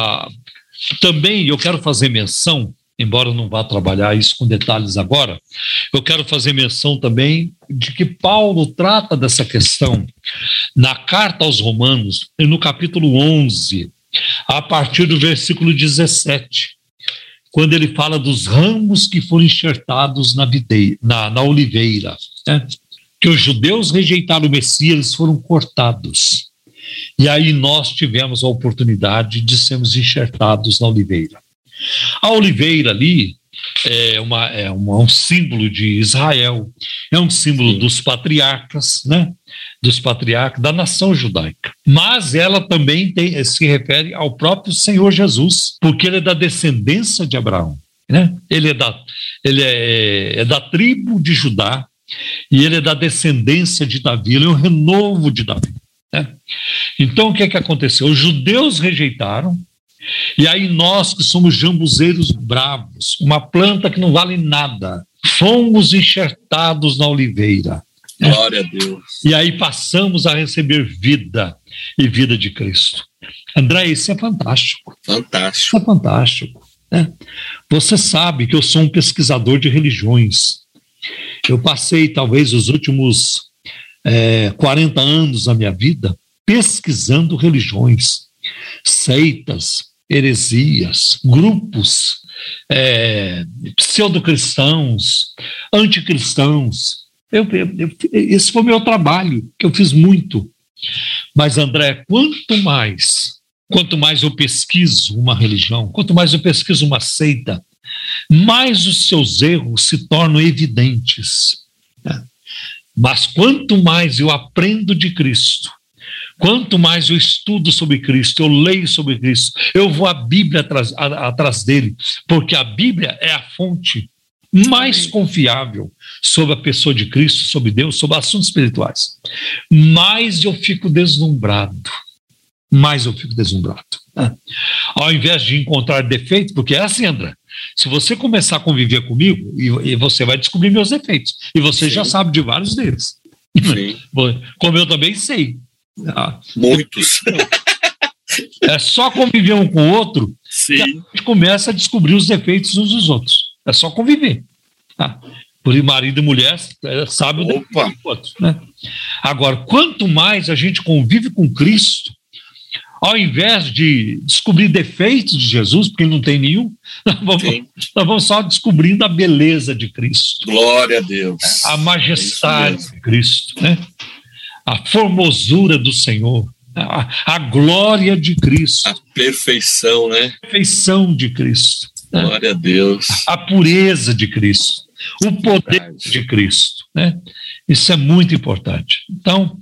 também eu quero fazer menção, embora eu não vá trabalhar isso com detalhes agora, eu quero fazer menção também de que Paulo trata dessa questão na carta aos Romanos, no capítulo 11, a partir do versículo 17, quando ele fala dos ramos que foram enxertados na oliveira, né? Que os judeus rejeitaram o Messias, eles foram cortados. E aí nós tivemos a oportunidade de sermos enxertados na oliveira. A oliveira ali é um símbolo de Israel, é um símbolo dos patriarcas, né? Dos patriarcas da nação judaica. Mas ela também se refere ao próprio Senhor Jesus, porque ele é da descendência de Abraão, né? Ele é da tribo de Judá e ele é da descendência de Davi, ele é um renovo de Davi, né? Então o que aconteceu? Os judeus rejeitaram. E aí nós que somos jambuzeiros bravos, uma planta que não vale nada, fomos enxertados na oliveira. Glória a Deus. E aí passamos a receber vida e vida de Cristo. André, isso é fantástico. Fantástico. Isso é fantástico, né? Você sabe que eu sou um pesquisador de religiões. Eu passei talvez os últimos 40 anos da minha vida pesquisando religiões, seitas, heresias, grupos pseudo-cristãos, anticristãos. Esse foi o meu trabalho, que eu fiz muito. Mas, André, quanto mais eu pesquiso uma religião, quanto mais eu pesquiso uma seita, mais os seus erros se tornam evidentes, né? Mas quanto mais eu aprendo de Cristo, quanto mais eu estudo sobre Cristo, eu leio sobre Cristo, eu vou à Bíblia atrás dele, porque a Bíblia é a fonte mais confiável sobre a pessoa de Cristo, sobre Deus, sobre assuntos espirituais. Mais eu fico deslumbrado. Né? Ao invés de encontrar defeitos, porque é assim, André, se você começar a conviver comigo, e você vai descobrir meus defeitos, e você já sabe de vários deles. Sim. Como eu também sei. Muitos. É só conviver um com o outro. Sim. Que a gente começa a descobrir os defeitos uns dos outros. É só conviver. Por marido e mulher sabe o defeito do outro, né? Agora, quanto mais a gente convive com Cristo, ao invés de descobrir defeitos de Jesus, porque ele não tem nenhum, nós vamos só descobrindo a beleza de Cristo. Glória a Deus. A majestade de Cristo, né? A formosura do Senhor, a glória de Cristo. A perfeição, né? A perfeição de Cristo. Glória a Deus. A pureza de Cristo. O poder de Cristo, né? Isso é muito importante. Então,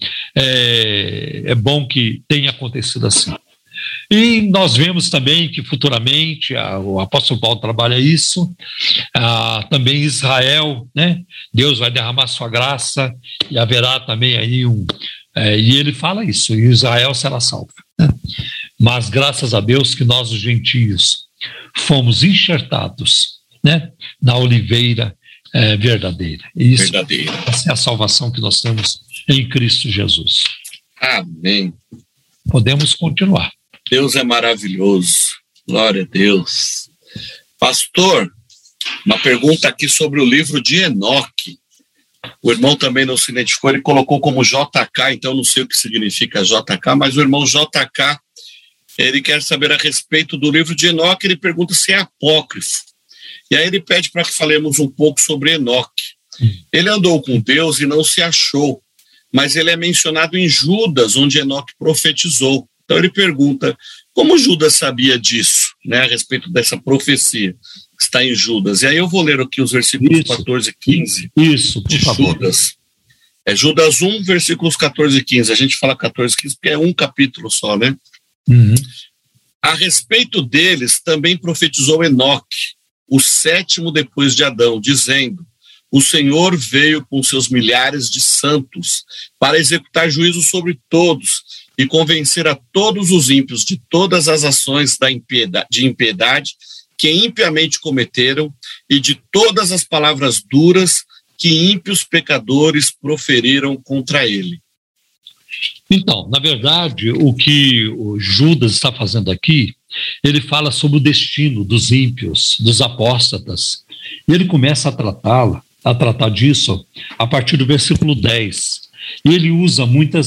é bom que tenha acontecido assim. E nós vemos também que futuramente o apóstolo Paulo trabalha isso, também Israel, né? Deus vai derramar sua graça e haverá também aí e ele fala isso, e Israel será salvo, né? Mas graças a Deus que nós, os gentios, fomos enxertados, né, na oliveira verdadeira. E isso, essa é a salvação que nós temos em Cristo Jesus. Amém. Podemos continuar. Deus é maravilhoso. Glória a Deus. Pastor, uma pergunta aqui sobre o livro de Enoque. O irmão também não se identificou, ele colocou como JK, então não sei o que significa JK, mas o irmão JK, ele quer saber a respeito do livro de Enoque, ele pergunta se é apócrifo. E aí ele pede para que falemos um pouco sobre Enoque. Ele andou com Deus e não se achou, mas ele é mencionado em Judas, onde Enoque profetizou. Então ele pergunta, como Judas sabia disso, né, a respeito dessa profecia que está em Judas? E aí eu vou ler aqui os versículos 14 e 15 de Judas. É Judas 1, versículos 14 e 15. A gente fala 14 e 15 porque é um capítulo só, né? Uhum. A respeito deles também profetizou Enoque, o 7º depois de Adão, dizendo: o Senhor veio com seus milhares de santos para executar juízo sobre todos e convencer a todos os ímpios de todas as ações de impiedade que impiamente cometeram e de todas as palavras duras que ímpios pecadores proferiram contra ele. Então, na verdade, o que o Judas está fazendo aqui, ele fala sobre o destino dos ímpios, dos apóstatas, e ele começa a tratar disso a partir do versículo 10. E ele usa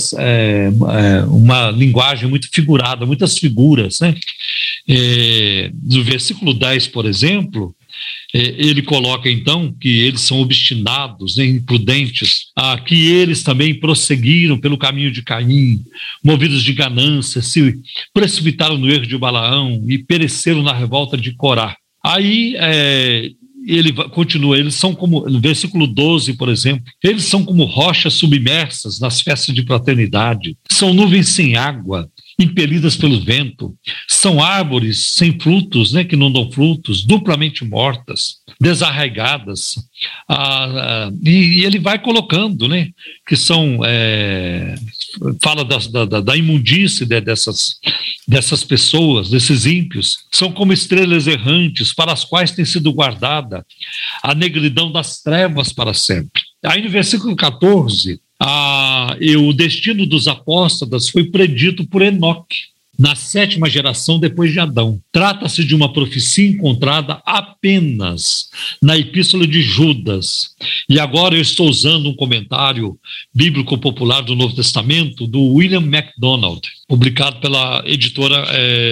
uma linguagem muito figurada, muitas figuras, né? No versículo 10, por exemplo, ele coloca então que eles são obstinados, né, imprudentes, que eles também prosseguiram pelo caminho de Caim, movidos de ganância, se precipitaram no erro de Balaão e pereceram na revolta de Corá. Aí ele continua, eles são como, no versículo 12, por exemplo, eles são como rochas submersas nas festas de fraternidade, são nuvens sem água, impelidas pelo vento, são árvores sem frutos, né, que não dão frutos, duplamente mortas, desarraigadas, e ele vai colocando, né, que são, fala da imundície dessas pessoas, desses ímpios, são como estrelas errantes para as quais tem sido guardada a negridão das trevas para sempre. Aí no versículo 14, o destino dos apóstatas foi predito por Enoque, na 7ª geração depois de Adão. Trata-se de uma profecia encontrada apenas na Epístola de Judas. E agora eu estou usando um comentário bíblico popular do Novo Testamento, do William MacDonald, publicado pela editora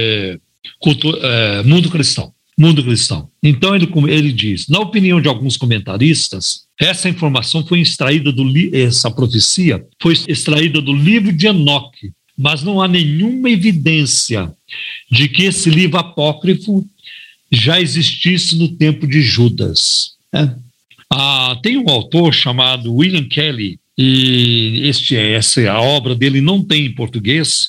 Mundo Cristão. Então ele diz: na opinião de alguns comentaristas, essa profecia foi extraída do livro de Enoque, mas não há nenhuma evidência de que esse livro apócrifo já existisse no tempo de Judas. Tem um autor chamado William Kelly, e a obra dele não tem em português,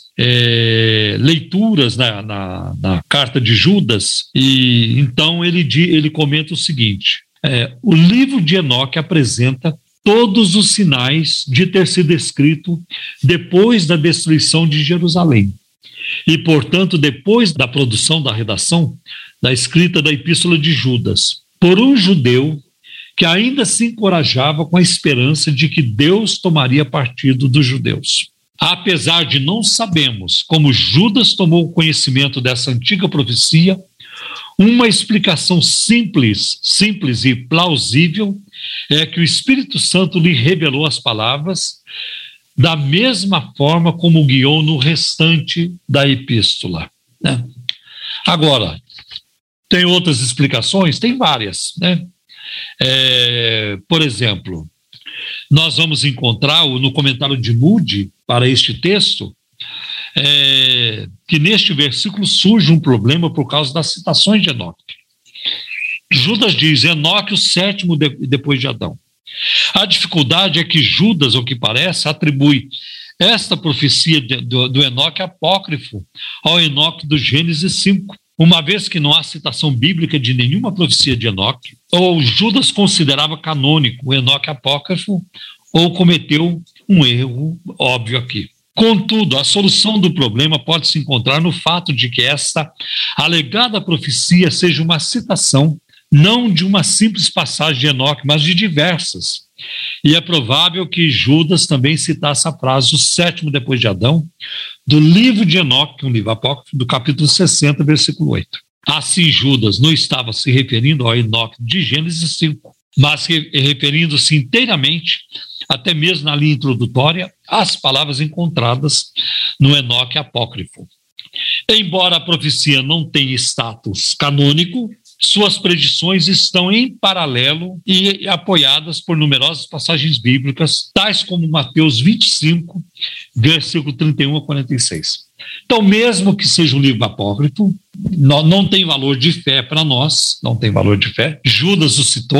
leituras na carta de Judas, e então ele comenta o seguinte: o livro de Enoque apresenta todos os sinais de ter sido escrito depois da destruição de Jerusalém e, portanto, depois da produção da redação da escrita da Epístola de Judas, por um judeu que ainda se encorajava com a esperança de que Deus tomaria partido dos judeus. Apesar de não sabermos como Judas tomou conhecimento dessa antiga profecia, uma explicação simples e plausível é que o Espírito Santo lhe revelou as palavras da mesma forma como guiou no restante da epístola, né? Agora, tem outras explicações? Tem várias, né? Por exemplo, nós vamos encontrar no comentário de Moody para este texto que neste versículo surge um problema por causa das citações de Enoque. Judas diz: Enoque, o 7º depois de Adão. A dificuldade é que Judas, ao que parece, atribui esta profecia do Enoque apócrifo ao Enoque do Gênesis 5, uma vez que não há citação bíblica de nenhuma profecia de Enoque. Ou Judas considerava canônico o Enoque apócrifo, ou cometeu um erro óbvio aqui. Contudo, a solução do problema pode se encontrar no fato de que esta alegada profecia seja uma citação não de uma simples passagem de Enoque, mas de diversas. E é provável que Judas também citasse a frase, o 7º depois de Adão, do livro de Enoque, um livro apócrifo, do capítulo 60, versículo 8. Assim, Judas não estava se referindo ao Enoque de Gênesis 5, mas referindo-se inteiramente, até mesmo na linha introdutória, às palavras encontradas no Enoque apócrifo. Embora a profecia não tenha status canônico, suas predições estão em paralelo e apoiadas por numerosas passagens bíblicas, tais como Mateus 25, versículo 31 a 46. Então, mesmo que seja um livro apócrifo, não tem valor de fé para nós, não tem valor de fé. Judas o citou,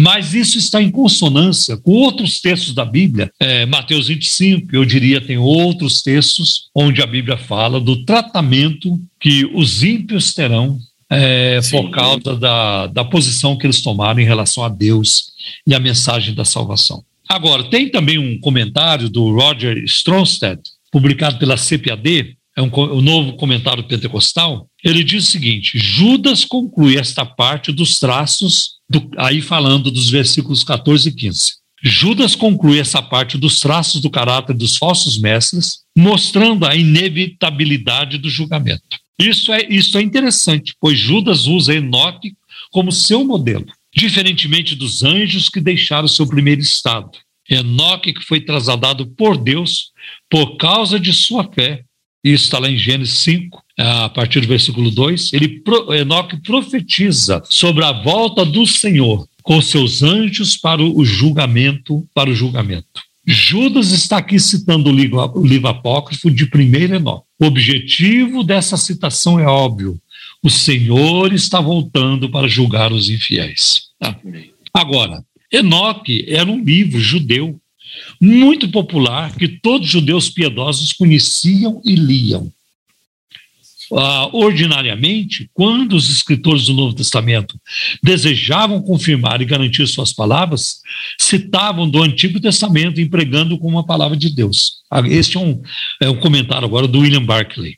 Mas isso está em consonância com outros textos da Bíblia. Mateus 25, eu diria, tem outros textos onde a Bíblia fala do tratamento que os ímpios terão por causa da posição que eles tomaram em relação a Deus e a mensagem da salvação. Agora, tem também um comentário do Roger Stronstedt, publicado pela CPAD, o novo comentário pentecostal. Ele diz o seguinte: Judas conclui esta parte dos traços, aí falando dos versículos 14 e 15. Judas conclui essa parte dos traços do caráter dos falsos mestres, mostrando a inevitabilidade do julgamento. Isso é interessante, pois Judas usa Enoque como seu modelo, diferentemente dos anjos que deixaram seu primeiro estado. Enoque, que foi trasladado por Deus por causa de sua fé. Isso está lá em Gênesis 5, a partir do versículo 2. Enoque profetiza sobre a volta do Senhor com seus anjos para o julgamento. Judas está aqui citando o livro apócrifo de 1 Enoque. O objetivo dessa citação é óbvio: o Senhor está voltando para julgar os infiéis. Agora, Enoque era um livro judeu muito popular que todos os judeus piedosos conheciam e liam. Ordinariamente, quando os escritores do Novo Testamento desejavam confirmar e garantir suas palavras, citavam do Antigo Testamento empregando como uma palavra de Deus. Este é um comentário agora do William Barclay.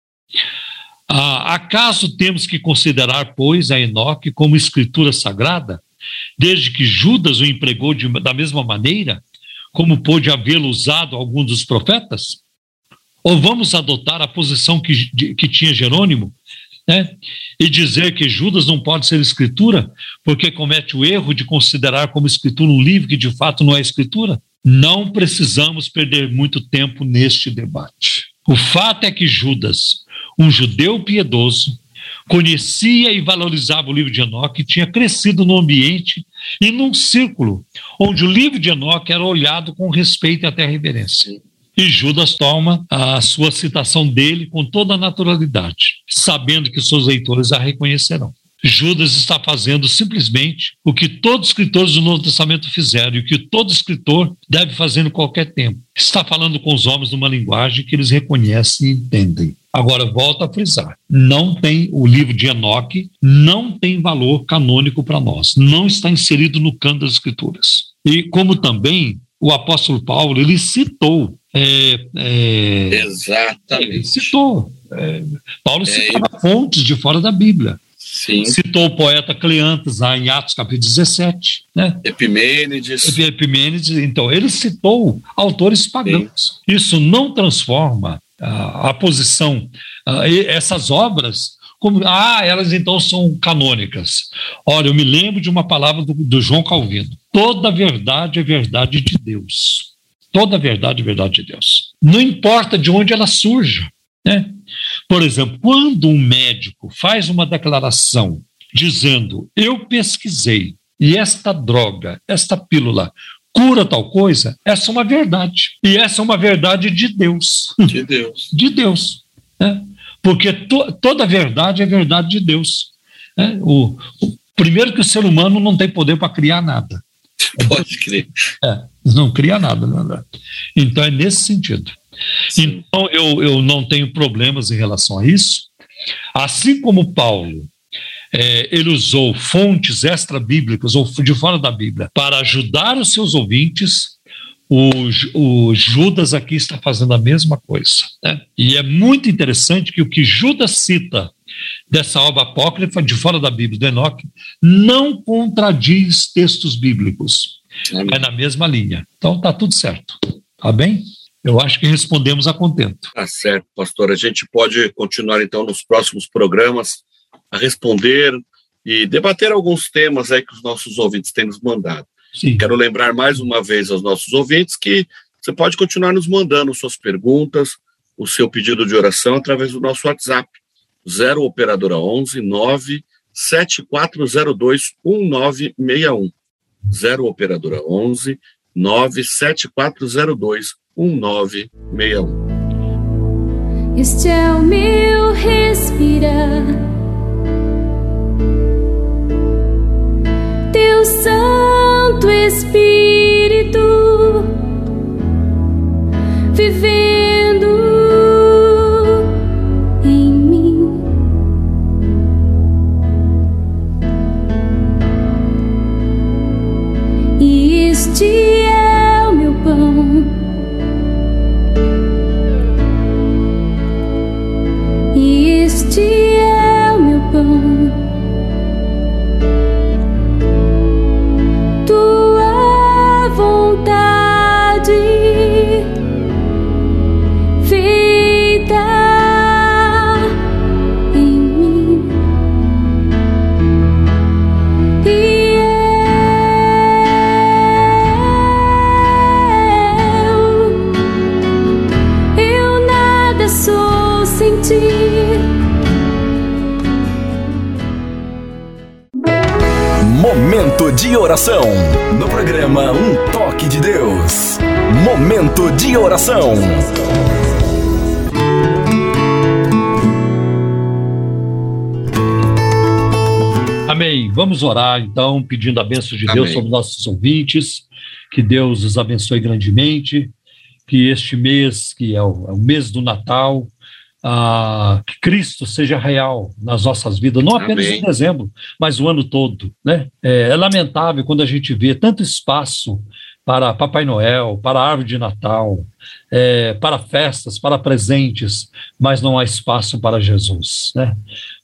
Acaso temos que considerar, pois, a Enoque como escritura sagrada, desde que Judas o empregou da mesma maneira como pôde havê-lo usado algum dos profetas? Ou vamos adotar a posição que tinha Jerônimo, né? E dizer que Judas não pode ser escritura porque comete o erro de considerar como escritura um livro que de fato não é escritura? Não precisamos perder muito tempo neste debate. O fato é que Judas, um judeu piedoso, conhecia e valorizava o livro de Enoque e tinha crescido no ambiente e num círculo onde o livro de Enoque era olhado com respeito e até reverência. E Judas toma a sua citação dele com toda a naturalidade, sabendo que seus leitores a reconhecerão. Judas está fazendo simplesmente o que todos os escritores do Novo Testamento fizeram e o que todo escritor deve fazer em qualquer tempo. Está falando com os homens numa linguagem que eles reconhecem e entendem. Agora, volto a frisar, o livro de Enoque não tem valor canônico para nós, não está inserido no cânone das Escrituras. E como também o apóstolo Paulo, ele citou. Exatamente. Ele citou. Paulo citava fontes de fora da Bíblia. Sim. Citou o poeta Cleantes, lá em Atos capítulo 17. Né? Epimênides. Então, ele citou autores pagãos. Sim. Isso não transforma a posição, essas obras, como, elas então são canônicas. Olha, eu me lembro de uma palavra do João Calvino: toda verdade é verdade de Deus. Toda verdade é verdade de Deus. Não importa de onde ela surja, né? Por exemplo, quando um médico faz uma declaração dizendo: eu pesquisei e esta droga, esta pílula cura tal coisa, essa é uma verdade. E essa é uma verdade de Deus. De Deus. De Deus. Né? Porque toda verdade é verdade de Deus. Né? Primeiro que o ser humano não tem poder para criar nada. Pode crer. Não cria nada, não é? Então é nesse sentido. Sim. Então eu não tenho problemas em relação a isso. Assim como Paulo, ele usou fontes extra-bíblicas ou de fora da Bíblia para ajudar os seus ouvintes, o Judas aqui está fazendo a mesma coisa. Né? E é muito interessante que o que Judas cita dessa obra apócrifa de fora da Bíblia, do Enoque, não contradiz textos bíblicos. É na mesma linha. Então está tudo certo. Tá bem? Eu acho que respondemos a contento. Tá certo, pastor. A gente pode continuar então nos próximos programas a responder e debater alguns temas aí que os nossos ouvintes têm nos mandado. Sim. Quero lembrar mais uma vez aos nossos ouvintes que você pode continuar nos mandando suas perguntas, o seu pedido de oração através do nosso WhatsApp, 0 operadora 11 97402 1961. 0 operadora 11 97402 1961. Este é o meu respirar, Teu sangue Santo Espírito vivendo em mim. E este é o meu pão, e este é o meu pão. Tua vontade feita em mim. E eu nada sou sem ti. Momento de oração no programa Um Toque de Deus. Momento de oração. Amém. Vamos orar então, pedindo a bênção de Deus sobre nossos ouvintes, que Deus os abençoe grandemente, que este mês, que é o mês do Natal, que Cristo seja real nas nossas vidas, não apenas em dezembro, mas o ano todo, né? É lamentável quando a gente vê tanto espaço para Papai Noel, para a árvore de Natal, para festas, para presentes, mas não há espaço para Jesus, né?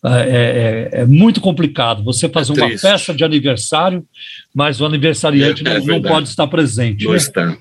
É muito complicado você fazer uma festa de aniversário, mas o aniversariante não pode estar presente. Não né? está.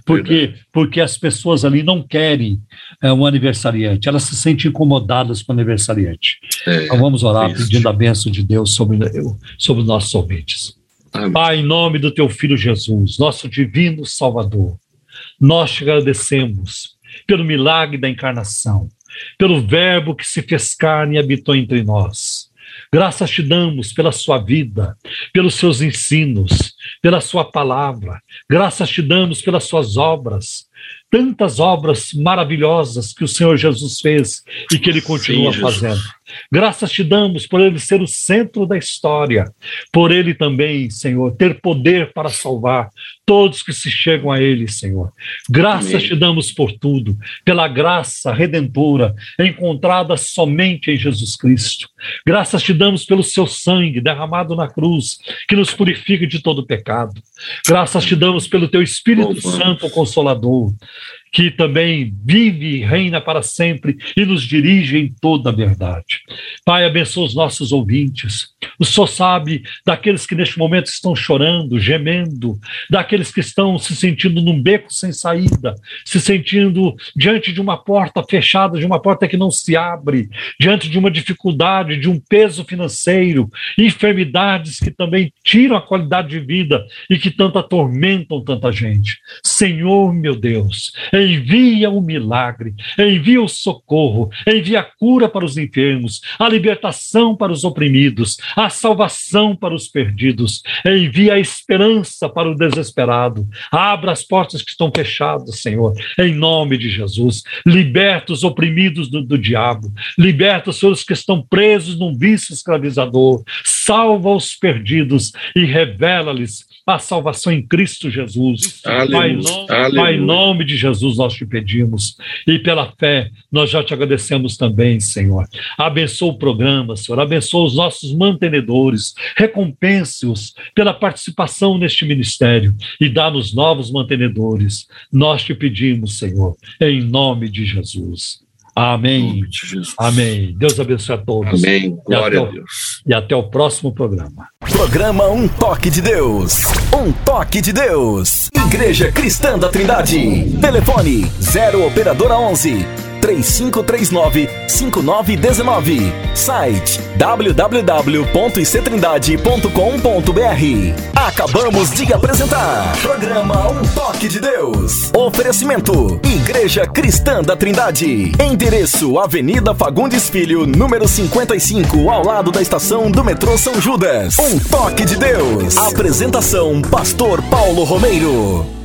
Porque as pessoas ali não querem um aniversariante, elas se sentem incomodadas com o aniversariante. Então vamos orar pedindo a bênção de Deus sobre nossos ouvintes. Amém. Pai, em nome do teu Filho Jesus, nosso divino Salvador, nós te agradecemos pelo milagre da encarnação, pelo verbo que se fez carne e habitou entre nós. Graças te damos pela sua vida, pelos seus ensinos, pela sua palavra. Graças te damos pelas suas obras, tantas obras maravilhosas que o Senhor Jesus fez e que Ele continua fazendo. Graças te damos por Ele ser o centro da história, por Ele também, Senhor, ter poder para salvar todos que se chegam a Ele, Senhor. Graças te damos por tudo, pela graça redentora encontrada somente em Jesus Cristo. Graças te damos pelo seu sangue derramado na cruz, que nos purifica de todo pecado. Graças te damos pelo teu Espírito Santo Consolador, que também vive e reina para sempre e nos dirige em toda a verdade. Pai, abençoa os nossos ouvintes. O Senhor sabe daqueles que neste momento estão chorando, gemendo, daqueles que estão se sentindo num beco sem saída, se sentindo diante de uma porta fechada, de uma porta que não se abre, diante de uma dificuldade, de um peso financeiro, enfermidades que também tiram a qualidade de vida e que tanto atormentam tanta gente. Senhor, meu Deus, envia o milagre, envia o socorro, envia a cura para os enfermos, a libertação para os oprimidos, a salvação para os perdidos, envia a esperança para o desesperado, abra as portas que estão fechadas, Senhor, em nome de Jesus. Liberta os oprimidos do diabo, liberta os senhores que estão presos num vício escravizador, salva os perdidos e revela-lhes a salvação em Cristo Jesus. Pai, em nome de Jesus nós te pedimos, e pela fé nós já te agradecemos também, Senhor. Abençoa o programa, Senhor, abençoa os nossos mantenedores, recompense-os pela participação neste ministério e dá-nos novos mantenedores. Nós te pedimos, Senhor, em nome de Jesus. Amém. Amém. Deus abençoe a todos. Amém. Glória a Deus. E até o próximo programa. Programa Um Toque de Deus. Um Toque de Deus. Igreja Cristã da Trindade. Telefone 0 operadora 11 3539-5919. Site www.ictrindade.com.br. Acabamos de apresentar programa Um Toque de Deus. Oferecimento Igreja Cristã da Trindade. Endereço Avenida Fagundes Filho, número 55, ao lado da estação do metrô São Judas. Um Toque de Deus. Apresentação Pastor Paulo Romeiro.